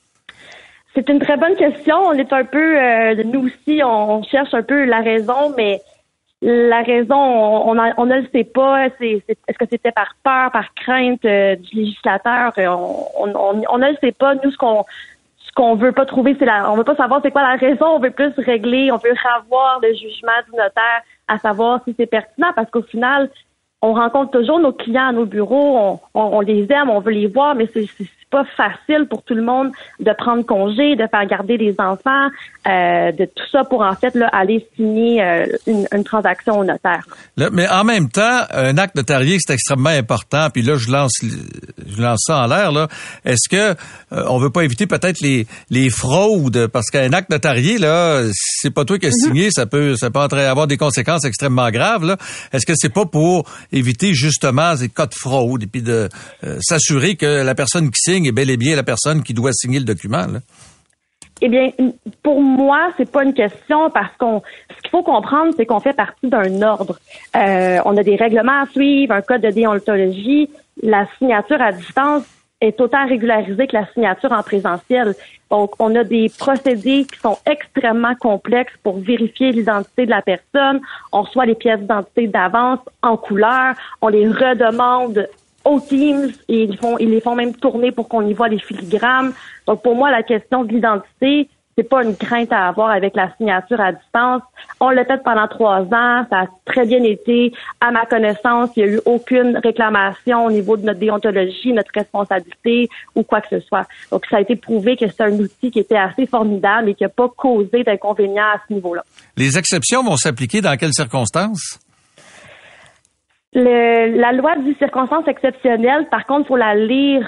C'est une très bonne question. On est un peu, nous aussi, on cherche un peu la raison, mais la raison, on ne le sait pas. Est-ce que c'était par peur, par crainte du législateur? On ne le sait pas. Nous, ce qu'on veut pas trouver, on veut pas savoir c'est quoi la raison. On veut plus régler, on veut revoir le jugement du notaire à savoir si c'est pertinent, parce qu'au final, on rencontre toujours nos clients à nos bureaux, on les aime, on veut les voir, mais c'est pas facile pour tout le monde de prendre congé, de faire garder les enfants, de tout ça pour en fait là, aller signer une transaction au notaire. Là, mais en même temps, un acte notarié, c'est extrêmement important. Puis là, je lance ça en l'air. Là, est-ce que on veut pas éviter peut-être les fraudes, parce qu'un acte notarié, là, c'est pas toi qui as signé, ça peut avoir des conséquences extrêmement graves. Là, est-ce que c'est pas pour éviter justement ces cas de fraude et puis de s'assurer que la personne qui signe est bel et bien la personne qui doit signer le document, là? Eh bien, pour moi, c'est pas une question parce ce qu'il faut comprendre, c'est qu'on fait partie d'un ordre. On a des règlements à suivre, un code de déontologie. La signature à distance est autant régularisée que la signature en présentiel. Donc, on a des procédés qui sont extrêmement complexes pour vérifier l'identité de la personne. On reçoit les pièces d'identité d'avance en couleur. On les redemande aux Teams et ils les font même tourner pour qu'on y voit les filigrammes. Donc, pour moi, la question de l'identité, c'est pas une crainte à avoir avec la signature à distance. On l'a fait pendant 3 ans. Ça a très bien été. À ma connaissance, il n'y a eu aucune réclamation au niveau de notre déontologie, notre responsabilité ou quoi que ce soit. Donc, ça a été prouvé que c'est un outil qui était assez formidable et qui n'a pas causé d'inconvénients à ce niveau-là. Les exceptions vont s'appliquer dans quelles circonstances? La loi dit circonstances exceptionnelles, par contre, il faut la lire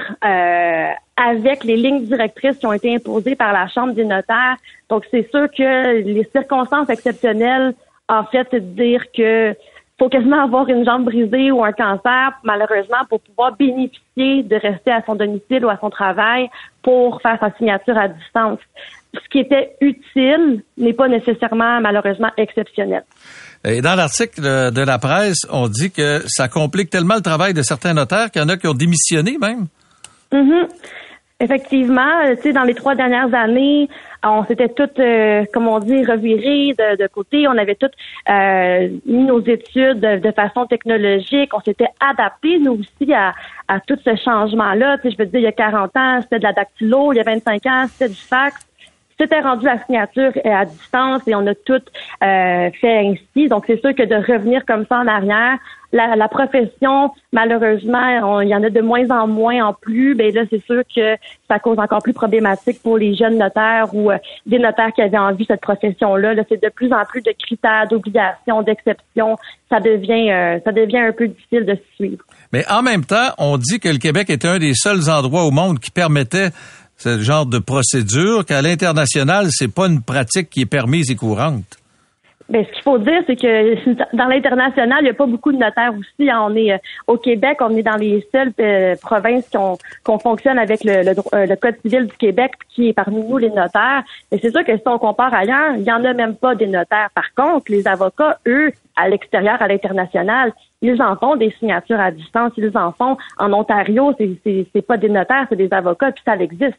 avec les lignes directrices qui ont été imposées par la Chambre des notaires. Donc, c'est sûr que les circonstances exceptionnelles, en fait, c'est de dire que faut quasiment avoir une jambe brisée ou un cancer, malheureusement, pour pouvoir bénéficier de rester à son domicile ou à son travail pour faire sa signature à distance. Ce qui était utile n'est pas nécessairement, malheureusement, exceptionnel. Et dans l'article de la presse, on dit que ça complique tellement le travail de certains notaires qu'il y en a qui ont démissionné même. Mm-hmm. Effectivement, tu sais, dans les 3 dernières années, on s'était toutes, comme on dit, revirées de côté. On avait toutes mis nos études de façon technologique. On s'était adaptés, nous aussi, à tout ce changement-là. Tu sais, je veux dire, il y a 40 ans, c'était de la dactylo. Il y a 25 ans, c'était du fax. C'était rendu la signature à distance et on a tout fait ainsi. Donc, c'est sûr que de revenir comme ça en arrière, la profession, malheureusement, il y en a de moins en moins en plus. Ben là, c'est sûr que ça cause encore plus problématique pour les jeunes notaires ou des notaires qui avaient envie de cette profession-là. Là, c'est de plus en plus de critères, d'obligations, d'exceptions. Ça devient un peu difficile de suivre. Mais en même temps, on dit que le Québec est un des seuls endroits au monde qui permettait ce genre de procédure, qu'à l'international, c'est pas une pratique qui est permise et courante. Ben, ce qu'il faut dire, c'est que dans l'international, il n'y a pas beaucoup de notaires aussi. On est au Québec, on est dans les seules provinces qu'on fonctionne avec le Code civil du Québec, qui est parmi nous les notaires. Et c'est sûr que si on compare ailleurs, il n'y en a même pas des notaires. Par contre, les avocats, eux, à l'extérieur, à l'international, ils en font des signatures à distance. Ils en font en Ontario. C'est pas des notaires, c'est des avocats, puis ça existe.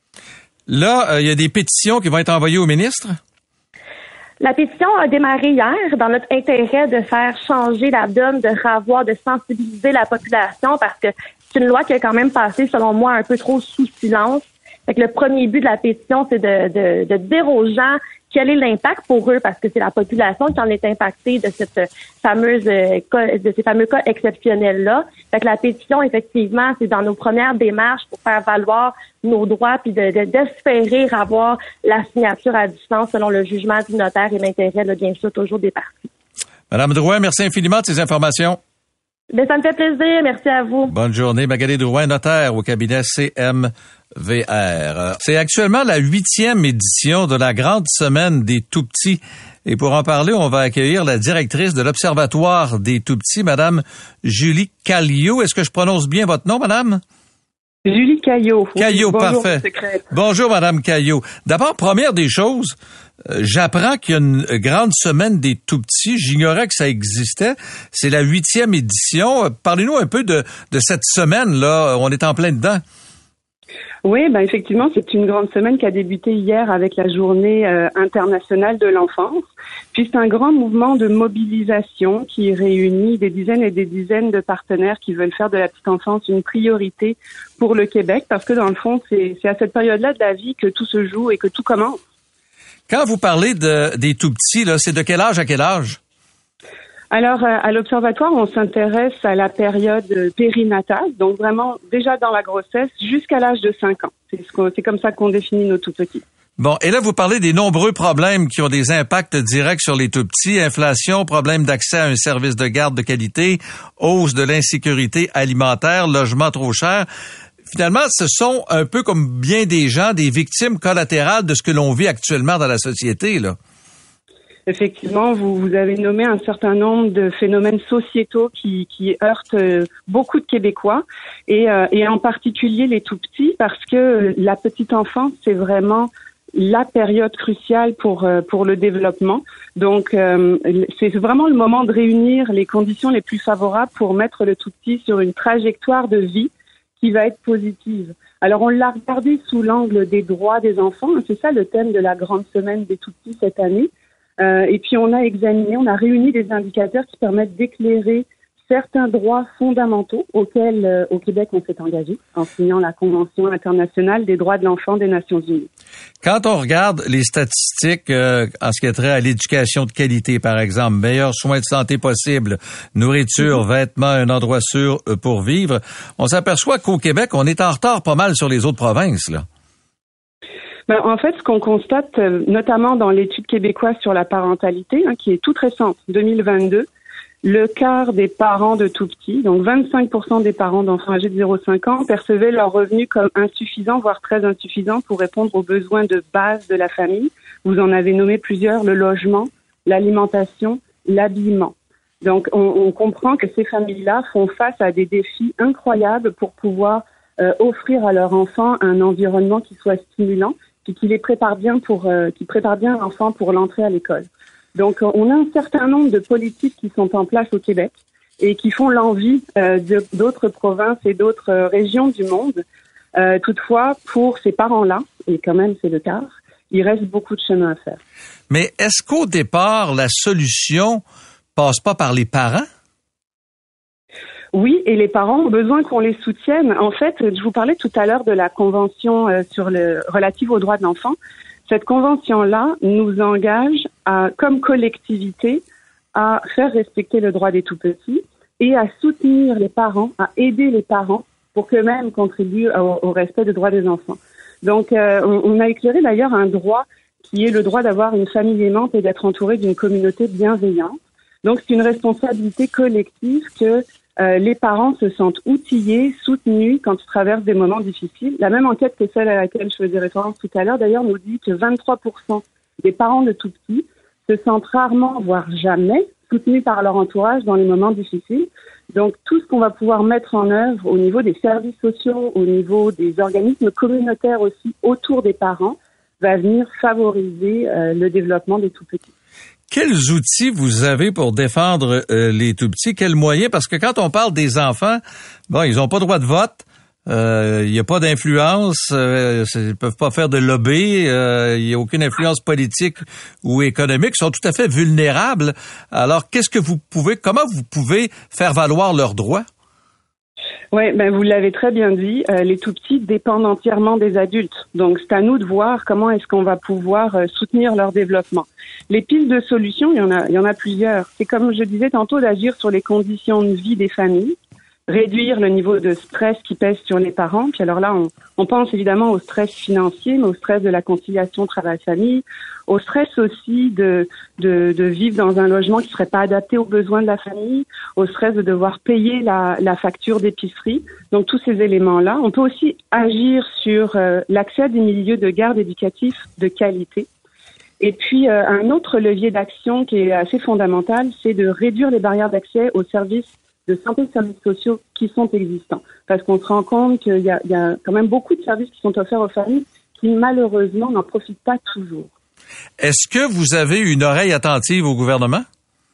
Là, il y a des pétitions qui vont être envoyées au ministre? La pétition a démarré hier dans notre intérêt de faire changer la donne, de revoir, de sensibiliser la population parce que c'est une loi qui a quand même passé, selon moi, un peu trop sous silence. Fait que le premier but de la pétition, c'est de dire aux gens quel est l'impact pour eux, parce que c'est la population qui en est impactée de ces fameux cas exceptionnels-là. Fait que la pétition, effectivement, c'est dans nos premières démarches pour faire valoir nos droits, puis d'espérer avoir la signature à distance selon le jugement du notaire et l'intérêt, là, bien sûr, toujours des parties. Madame Drouin, merci infiniment de ces informations. Ben, ça me fait plaisir. Merci à vous. Bonne journée. Magali Drouin, notaire au cabinet CMVR. C'est actuellement la 8e édition de la Grande Semaine des Tout-Petits. Et pour en parler, on va accueillir la directrice de l'Observatoire des Tout-Petits, Madame Julie Caillot. Est-ce que je prononce bien votre nom, Madame? Julie Caillot. Caillot, bonjour, parfait. Bonjour, Madame Caillot. D'abord, première des choses, j'apprends qu'il y a une grande semaine des tout-petits. J'ignorais que ça existait. C'est la 8e édition. Parlez-nous un peu de cette semaine-là. On est en plein dedans. Oui, ben effectivement, c'est une grande semaine qui a débuté hier avec la journée internationale de l'enfance. Puis c'est un grand mouvement de mobilisation qui réunit des dizaines et des dizaines de partenaires qui veulent faire de la petite enfance une priorité pour le Québec, parce que dans le fond, c'est à cette période-là de la vie que tout se joue et que tout commence. Quand vous parlez des tout-petits, là, c'est de quel âge à quel âge? Alors, à l'Observatoire, on s'intéresse à la période périnatale, donc vraiment déjà dans la grossesse jusqu'à l'âge de 5 ans. C'est comme ça qu'on définit nos tout-petits. Bon, et là, vous parlez des nombreux problèmes qui ont des impacts directs sur les tout-petits. Inflation, problème d'accès à un service de garde de qualité, hausse de l'insécurité alimentaire, logement trop cher. Finalement, ce sont un peu comme bien des gens, des victimes collatérales de ce que l'on vit actuellement dans la société, là. Effectivement, vous avez nommé un certain nombre de phénomènes sociétaux qui heurtent beaucoup de Québécois et en particulier les tout-petits, parce que la petite enfance, c'est vraiment la période cruciale pour le développement. Donc, c'est vraiment le moment de réunir les conditions les plus favorables pour mettre le tout-petit sur une trajectoire de vie qui va être positive. Alors, on l'a regardé sous l'angle des droits des enfants. C'est ça le thème de la grande semaine des tout-petits cette année. Et puis on a réuni des indicateurs qui permettent d'éclairer certains droits fondamentaux auxquels au Québec on s'est engagé en signant la Convention internationale des droits de l'enfant des Nations unies. Quand on regarde les statistiques en ce qui a trait à l'éducation de qualité, par exemple, meilleurs soins de santé possible, nourriture, vêtements, un endroit sûr pour vivre, on s'aperçoit qu'au Québec, on est en retard pas mal sur les autres provinces, là. En fait, ce qu'on constate, notamment dans l'étude québécoise sur la parentalité, qui est toute récente, 2022, le quart des parents de tout-petits, donc 25% des parents d'enfants âgés de 0,5 ans, percevaient leurs revenus comme insuffisants, voire très insuffisants pour répondre aux besoins de base de la famille. Vous en avez nommé plusieurs, le logement, l'alimentation, l'habillement. Donc, on comprend que ces familles-là font face à des défis incroyables pour pouvoir offrir à leurs enfants un environnement qui soit stimulant, puis qui les prépare bien qui prépare bien l'enfant pour l'entrée à l'école. Donc, on a un certain nombre de politiques qui sont en place au Québec et qui font l'envie d'autres provinces et d'autres régions du monde. Toutefois, pour ces parents-là, et quand même c'est le cas, il reste beaucoup de chemin à faire. Mais est-ce qu'au départ, la solution passe pas par les parents? Oui, et les parents ont besoin qu'on les soutienne. En fait, je vous parlais tout à l'heure de la convention relative aux droits de l'enfant. Cette convention-là nous engage comme collectivité à faire respecter le droit des tout-petits et à soutenir les parents, à aider les parents pour qu'eux-mêmes contribuent au respect des droits des enfants. Donc, on a éclairé d'ailleurs un droit qui est le droit d'avoir une famille aimante et d'être entouré d'une communauté bienveillante. Donc, c'est une responsabilité collective que les parents se sentent outillés, soutenus quand ils traversent des moments difficiles. La même enquête que celle à laquelle je faisais référence tout à l'heure, d'ailleurs, nous dit que 23% des parents de tout-petits se sentent rarement, voire jamais, soutenus par leur entourage dans les moments difficiles. Donc, tout ce qu'on va pouvoir mettre en œuvre au niveau des services sociaux, au niveau des organismes communautaires aussi, autour des parents, va venir favoriser le développement des tout-petits. Quels outils vous avez pour défendre les tout-petits? Quels moyens? Parce que quand on parle des enfants, bon, ils n'ont pas droit de vote, il n'y a pas d'influence, ils peuvent pas faire de lobby, il n'y a aucune influence politique ou économique, ils sont tout à fait vulnérables. Alors, comment vous pouvez faire valoir leurs droits? Oui, vous l'avez très bien dit, les tout-petits dépendent entièrement des adultes. Donc, c'est à nous de voir comment est-ce qu'on va pouvoir soutenir leur développement. Les pistes de solutions, il y en a plusieurs. C'est comme je disais tantôt, d'agir sur les conditions de vie des familles, réduire le niveau de stress qui pèse sur les parents. Puis alors là, on pense évidemment au stress financier, mais au stress de la conciliation travail-famille, au stress aussi de vivre dans un logement qui serait pas adapté aux besoins de la famille, au stress de devoir payer la facture d'épicerie. Donc tous ces éléments-là. On peut aussi agir sur l'accès à des milieux de garde éducatifs de qualité. Et puis un autre levier d'action qui est assez fondamental, c'est de réduire les barrières d'accès aux services de santé et de services sociaux qui sont existants. Parce qu'on se rend compte qu'il y a quand même beaucoup de services qui sont offerts aux familles qui malheureusement n'en profitent pas toujours. Est-ce que vous avez une oreille attentive au gouvernement?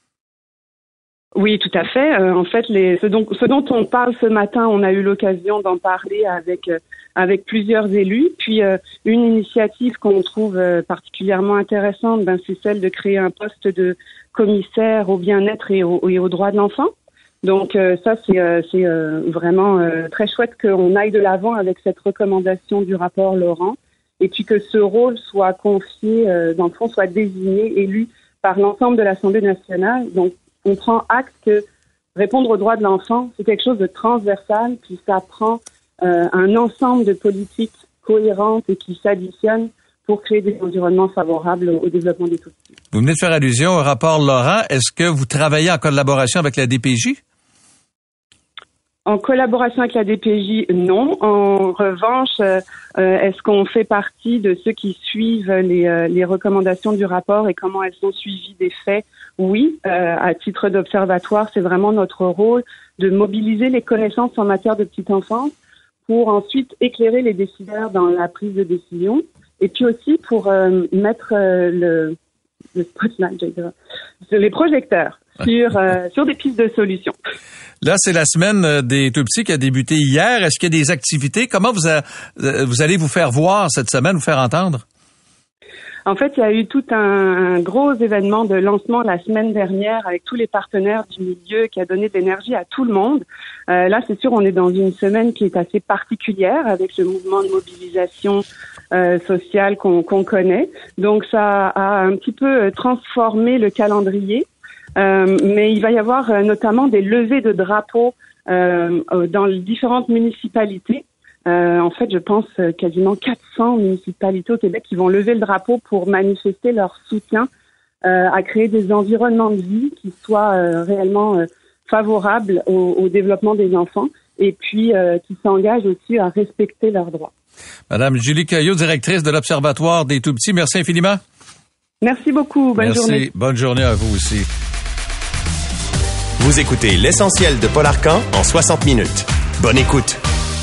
Oui, tout à fait. En fait, ce dont on parle ce matin, on a eu l'occasion d'en parler avec plusieurs élus. Puis une initiative qu'on trouve particulièrement intéressante, c'est celle de créer un poste de commissaire au bien-être et aux droits de l'enfant. Donc ça, c'est vraiment très chouette qu'on aille de l'avant avec cette recommandation du rapport Laurent, et puis que ce rôle soit confié, dans le fond, soit désigné, élu par l'ensemble de l'Assemblée nationale. Donc, on prend acte que répondre aux droits de l'enfant, c'est quelque chose de transversal, puis ça prend un ensemble de politiques cohérentes et qui s'additionnent pour créer des environnements favorables au développement des tout-petits. Vous venez de faire allusion au rapport Laurent. Est-ce que vous travaillez en collaboration avec la DPJ? En collaboration avec la DPJ, non. En revanche, est-ce qu'on fait partie de ceux qui suivent les recommandations du rapport et comment elles sont suivies des faits? Oui, à titre d'observatoire, c'est vraiment notre rôle de mobiliser les connaissances en matière de petite enfance pour ensuite éclairer les décideurs dans la prise de décision et puis aussi pour mettre le spotlight, les projecteurs sur des pistes de solutions. Là, c'est la semaine des tout-petits qui a débuté hier. Est-ce qu'il y a des activités? Comment vous allez vous faire voir cette semaine, vous faire entendre? En fait, il y a eu tout un gros événement de lancement la semaine dernière avec tous les partenaires du milieu qui a donné de l'énergie à tout le monde. Là, c'est sûr, on est dans une semaine qui est assez particulière avec le mouvement de mobilisation sociale qu'on connaît. Donc, ça a un petit peu transformé le calendrier. Mais il va y avoir notamment des levées de drapeaux dans les différentes municipalités. En fait, je pense quasiment 400 municipalités au Québec qui vont lever le drapeau pour manifester leur soutien à créer des environnements de vie qui soient réellement favorables au développement des enfants et puis qui s'engagent aussi à respecter leurs droits. Madame Julie Caillot, directrice de l'Observatoire des tout-petits, merci infiniment. Merci beaucoup. Bonne journée. Bonne journée à vous aussi. Vous écoutez l'essentiel de Paul Arcan en 60 minutes. Bonne écoute.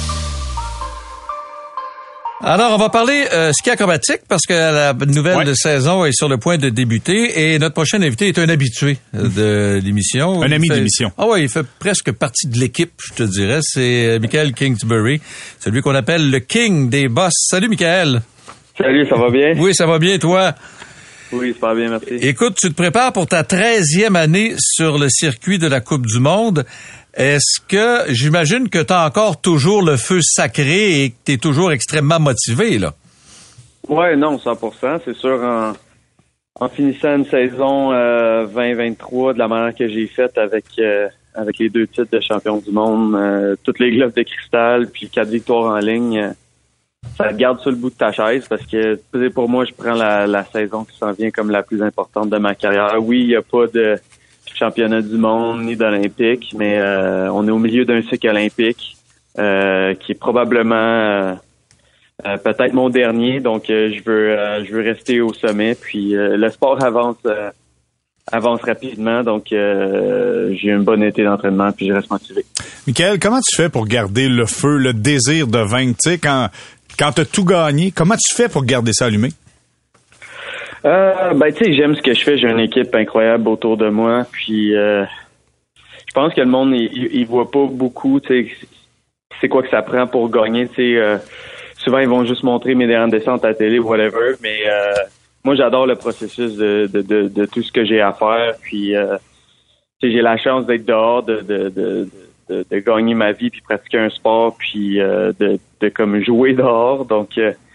Alors, on va parler ski acrobatique parce que la nouvelle saison est sur le point de débuter et notre prochain invité est un habitué de l'émission. Un ami de l'émission. Ah ouais, il fait presque partie de l'équipe, je te dirais. C'est Michael Kingsbury, celui qu'on appelle le King des boss. Salut, Michael. Salut, ça va bien? Oui, ça va bien, toi? Oui, super bien, merci. Écoute, tu te prépares pour ta 13e année sur le circuit de la Coupe du Monde. Est-ce que, j'imagine que tu as encore toujours le feu sacré et que tu es toujours extrêmement motivé, là? Ouais, non, 100%. C'est sûr, en finissant une saison 2023 de la manière que j'ai faite avec les 2 titres de champion du monde, toutes les globes de cristal, puis 4 victoires en ligne, ça te garde sur le bout de ta chaise parce que pour moi, je prends la saison qui s'en vient comme la plus importante de ma carrière. Oui, il n'y a pas de championnat du monde ni d'olympique, mais on est au milieu d'un cycle olympique qui est probablement peut-être mon dernier. Donc, je veux rester au sommet. Puis le sport avance rapidement. Donc, j'ai une bonne été d'entraînement puis je reste motivé. Michael, comment tu fais pour garder le feu, le désir de vaincre? Tu sais, quand tu as tout gagné, comment tu fais pour garder ça allumé? Tu sais, j'aime ce que je fais. J'ai une équipe incroyable autour de moi. Puis, je pense que le monde, il voit pas beaucoup, tu sais, c'est quoi que ça prend pour gagner. Tu sais, souvent, ils vont juste montrer mes dernières descentes à la télé, whatever. Mais moi, j'adore le processus de tout ce que j'ai à faire. Puis, tu sais, j'ai la chance d'être dehors, de de gagner ma vie puis pratiquer un sport puis de comme jouer dehors. Donc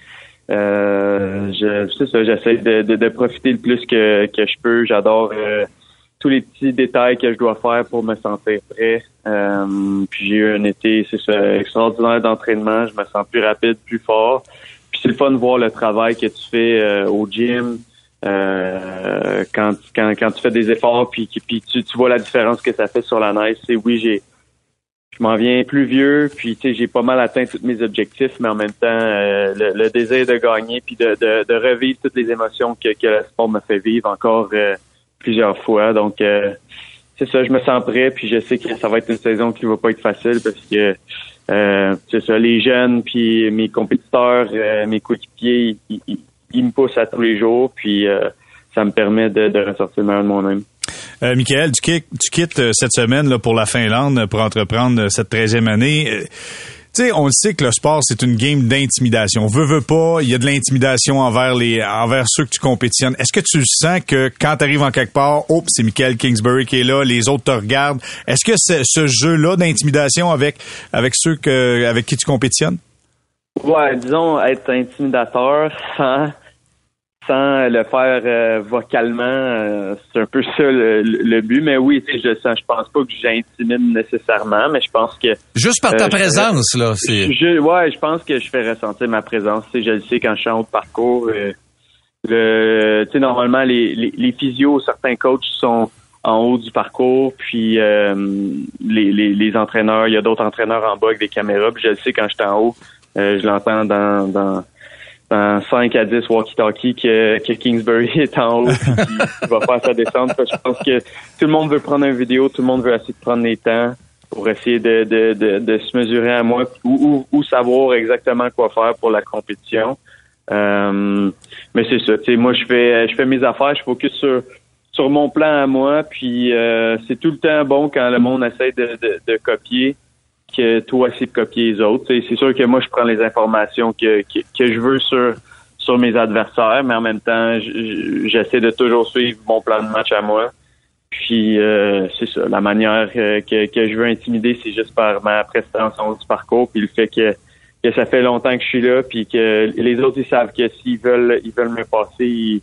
c'est ça, j'essaie de profiter le plus que je peux. J'adore tous les petits détails que je dois faire pour me sentir prêt. Puis j'ai eu un été, c'est ça, extraordinaire d'entraînement. Je me sens plus rapide, plus fort. Puis c'est le fun de voir le travail que tu fais au gym. Quand tu fais des efforts puis tu vois la différence que ça fait sur la neige. C'est oui, je m'en viens plus vieux, puis tu sais, j'ai pas mal atteint tous mes objectifs, mais en même temps le désir de gagner puis de revivre toutes les émotions que le sport me fait vivre encore plusieurs fois. Donc c'est ça, je me sens prêt, puis je sais que ça va être une saison qui va pas être facile parce que c'est ça, les jeunes puis mes compétiteurs, mes coéquipiers, ils me poussent à tous les jours, puis ça me permet de ressortir le meilleur de moi-même. Michael, tu quittes cette semaine là, pour la Finlande pour entreprendre cette 13e année. Tu sais, on le sait que le sport, c'est une game d'intimidation. Veux pas, il y a de l'intimidation envers ceux que tu compétitionnes. Est-ce que tu sens que quand tu arrives en quelque part, c'est Michael Kingsbury qui est là, les autres te regardent. Est-ce que ce jeu-là d'intimidation avec ceux avec qui tu compétitionnes? Ouais, disons être intimidateur sans le faire vocalement, c'est un peu ça le but. Mais oui, tu sais, je pense pas que j'intimide nécessairement, mais je pense que juste par ta présence là, c'est. Je pense que je fais ressentir ma présence. Tu sais, je le sais quand je suis en haut de parcours. Tu sais, normalement les physios, certains coachs sont en haut du parcours, puis les entraîneurs, il y a d'autres entraîneurs en bas avec des caméras. Puis je le sais quand je suis en haut. Je l'entends dans 5 à 10 walkie-talkie que Kingsbury est en haut et va faire sa descente. Je pense que tout le monde veut prendre une vidéo, tout le monde veut essayer de prendre les temps pour essayer de se mesurer à moi ou savoir exactement quoi faire pour la compétition. Mais c'est ça, tu sais, moi je fais mes affaires, je focus sur mon plan à moi, puis c'est tout le temps bon quand le monde essaie de copier que toi essayer de copier les autres. T'sais, c'est sûr que moi je prends les informations que je veux sur mes adversaires, mais en même temps j'essaie de toujours suivre mon plan de match à moi. Puis c'est ça, la manière que je veux intimider, c'est juste par ma prestance en haut du parcours, puis le fait que ça fait longtemps que je suis là, puis que les autres ils savent que s'ils veulent me passer,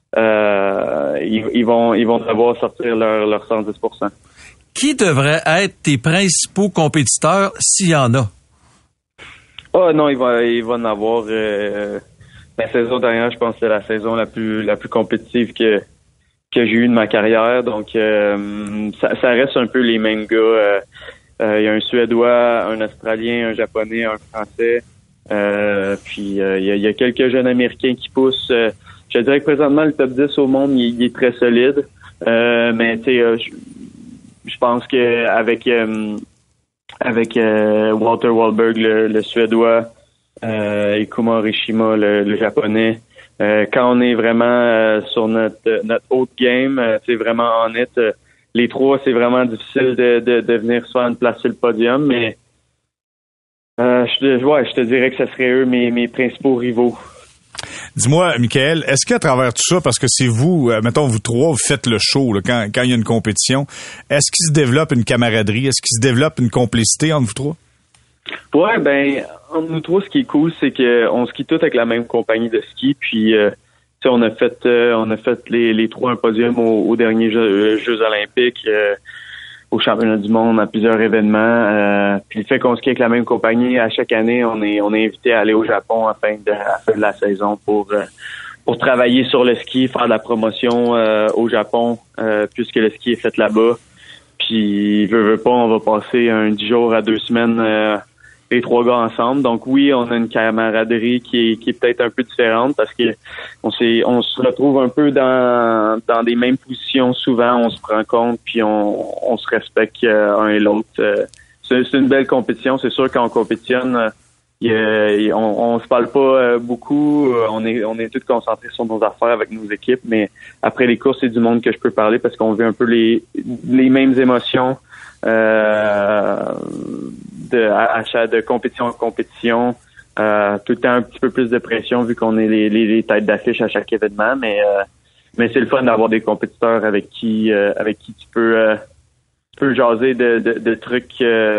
ils vont devoir sortir leur 110%. Qui devrait être tes principaux compétiteurs s'il y en a? Oh non, il va en avoir. La saison dernière, je pense que c'est la saison la plus compétitive que j'ai eue de ma carrière. Donc ça reste un peu les mêmes gars. Il y a un Suédois, un Australien, un Japonais, un Français. Puis il y a quelques jeunes Américains qui poussent. Je dirais que présentement le top 10 au monde, il est très solide. Mais tu sais, je pense que avec Walter Wahlberg, le Suédois, et Kuma Orishima, le Japonais, quand on est vraiment sur notre haute game, c'est vraiment honnête. Les trois, c'est vraiment difficile de venir soit une place sur le podium, mais je te dirais que ce serait eux mes principaux rivaux. Dis-moi, Michael, est-ce qu'à travers tout ça, parce que c'est vous, mettons, vous trois, vous faites le show là, quand il y a une compétition, est-ce qu'il se développe une camaraderie? Est-ce qu'il se développe une complicité entre vous trois? Ouais, ben, entre nous trois, ce qui est cool, c'est qu'on skie tous avec la même compagnie de ski, puis on a fait les trois un podium aux derniers Jeux olympiques, au championnat du monde, à plusieurs événements. Puis le fait qu'on skie avec la même compagnie, à chaque année, on est invité à aller au Japon à la fin de la saison pour travailler sur le ski, faire de la promotion au Japon, puisque le ski est fait là-bas. Puis veut pas, on va passer 10 jours à 2 semaines les trois gars ensemble. Donc oui, on a une camaraderie qui est peut-être un peu différente parce que on se retrouve un peu dans des mêmes positions souvent, on se prend compte puis on se respecte un et l'autre. C'est une belle compétition, c'est sûr qu'on compétitionne, on se parle pas beaucoup, on est tous concentrés sur nos affaires avec nos équipes, mais après les courses, c'est du monde que je peux parler parce qu'on vit un peu les mêmes émotions. De compétition en compétition, tout le temps un petit peu plus de pression vu qu'on est les têtes d'affiche à chaque événement, mais c'est le fun d'avoir des compétiteurs avec qui tu peux peux jaser de trucs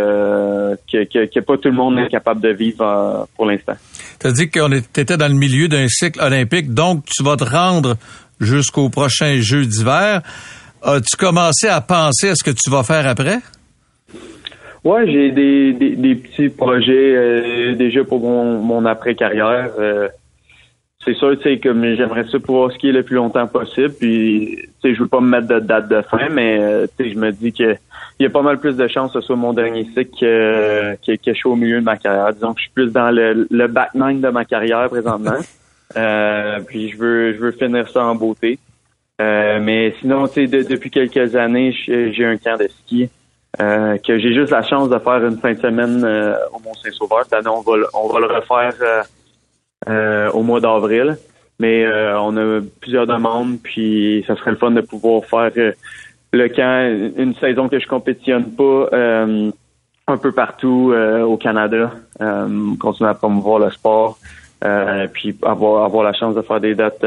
que pas tout le monde est capable de vivre pour l'instant. Tu as dit que t'étais dans le milieu d'un cycle olympique, donc tu vas te rendre jusqu'aux prochains Jeux d'hiver. As-tu commencé à penser à ce que tu vas faire après? Ouais, j'ai des petits projets déjà pour mon après-carrière. C'est sûr, tu sais, comme j'aimerais ça pouvoir skier le plus longtemps possible. Puis, tu sais, je veux pas me mettre de date de fin, mais tu sais, je me dis que il y a pas mal plus de chances que ce soit mon dernier cycle que je suis au milieu de ma carrière. Disons que je suis plus dans le back nine de ma carrière présentement. Puis je veux finir ça en beauté. Mais sinon, tu sais, depuis quelques années, j'ai un camp de ski que j'ai juste la chance de faire une fin de semaine au Mont-Saint-Sauveur. Cette année, on va le refaire au mois d'avril. Mais on a plusieurs demandes, puis ça serait le fun de pouvoir faire le camp, une saison que je compétitionne pas un peu partout au Canada, continuer à promouvoir le sport, puis avoir la chance de faire des dates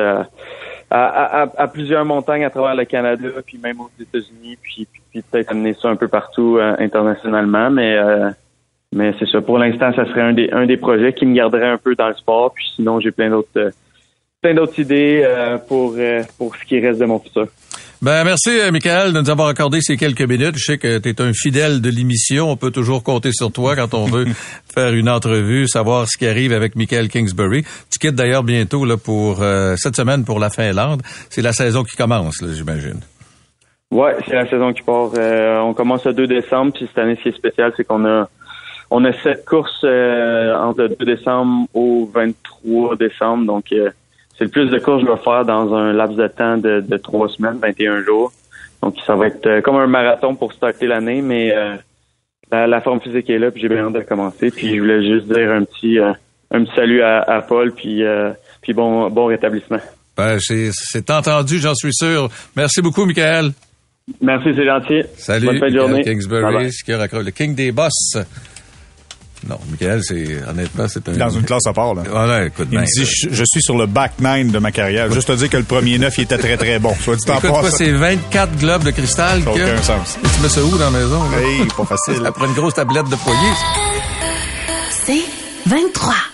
à plusieurs montagnes à travers le Canada, puis même aux États-Unis, puis peut-être amener ça un peu partout internationalement, mais c'est ça. Pour l'instant, ça serait un des projets qui me garderait un peu dans le sport, puis sinon j'ai plein d'autres idées pour ce qui reste de mon futur. Ben merci, Michael, de nous avoir accordé ces quelques minutes. Je sais que tu es un fidèle de l'émission. On peut toujours compter sur toi quand on veut faire une entrevue, savoir ce qui arrive avec Michael Kingsbury. Tu quittes d'ailleurs bientôt là pour cette semaine pour la Finlande. C'est la saison qui commence, là, j'imagine. Ouais, c'est la saison qui part. On commence le 2 décembre, puis cette année, ce qui est spécial, c'est qu'on a 7 courses entre le 2 décembre au 23 décembre, donc c'est le plus de courses que je vais faire dans un laps de temps de 3 semaines, 21 jours. Donc, ça va être comme un marathon pour starter l'année, mais la forme physique est là, puis j'ai bien hâte de commencer. Puis, je voulais juste dire un petit salut à Paul, puis bon rétablissement. Ben, c'est entendu, j'en suis sûr. Merci beaucoup, Michael. Merci, c'est gentil. Salut, bonne fin de journée. Kingsbury, le King des boss. Non, Michael, honnêtement, c'est un... Dans une classe à part, là. Ah, là, écoute, il me dit, je suis sur le back nine de ma carrière. Juste te dire que le premier 9, il était très, très bon. Soit dit en écoute, quoi, c'est 24 globes de cristal ça n'a aucun sens. Et tu mets ça où dans la maison, là? Hey, pas facile. Après une grosse tablette de poignée. C'est 23.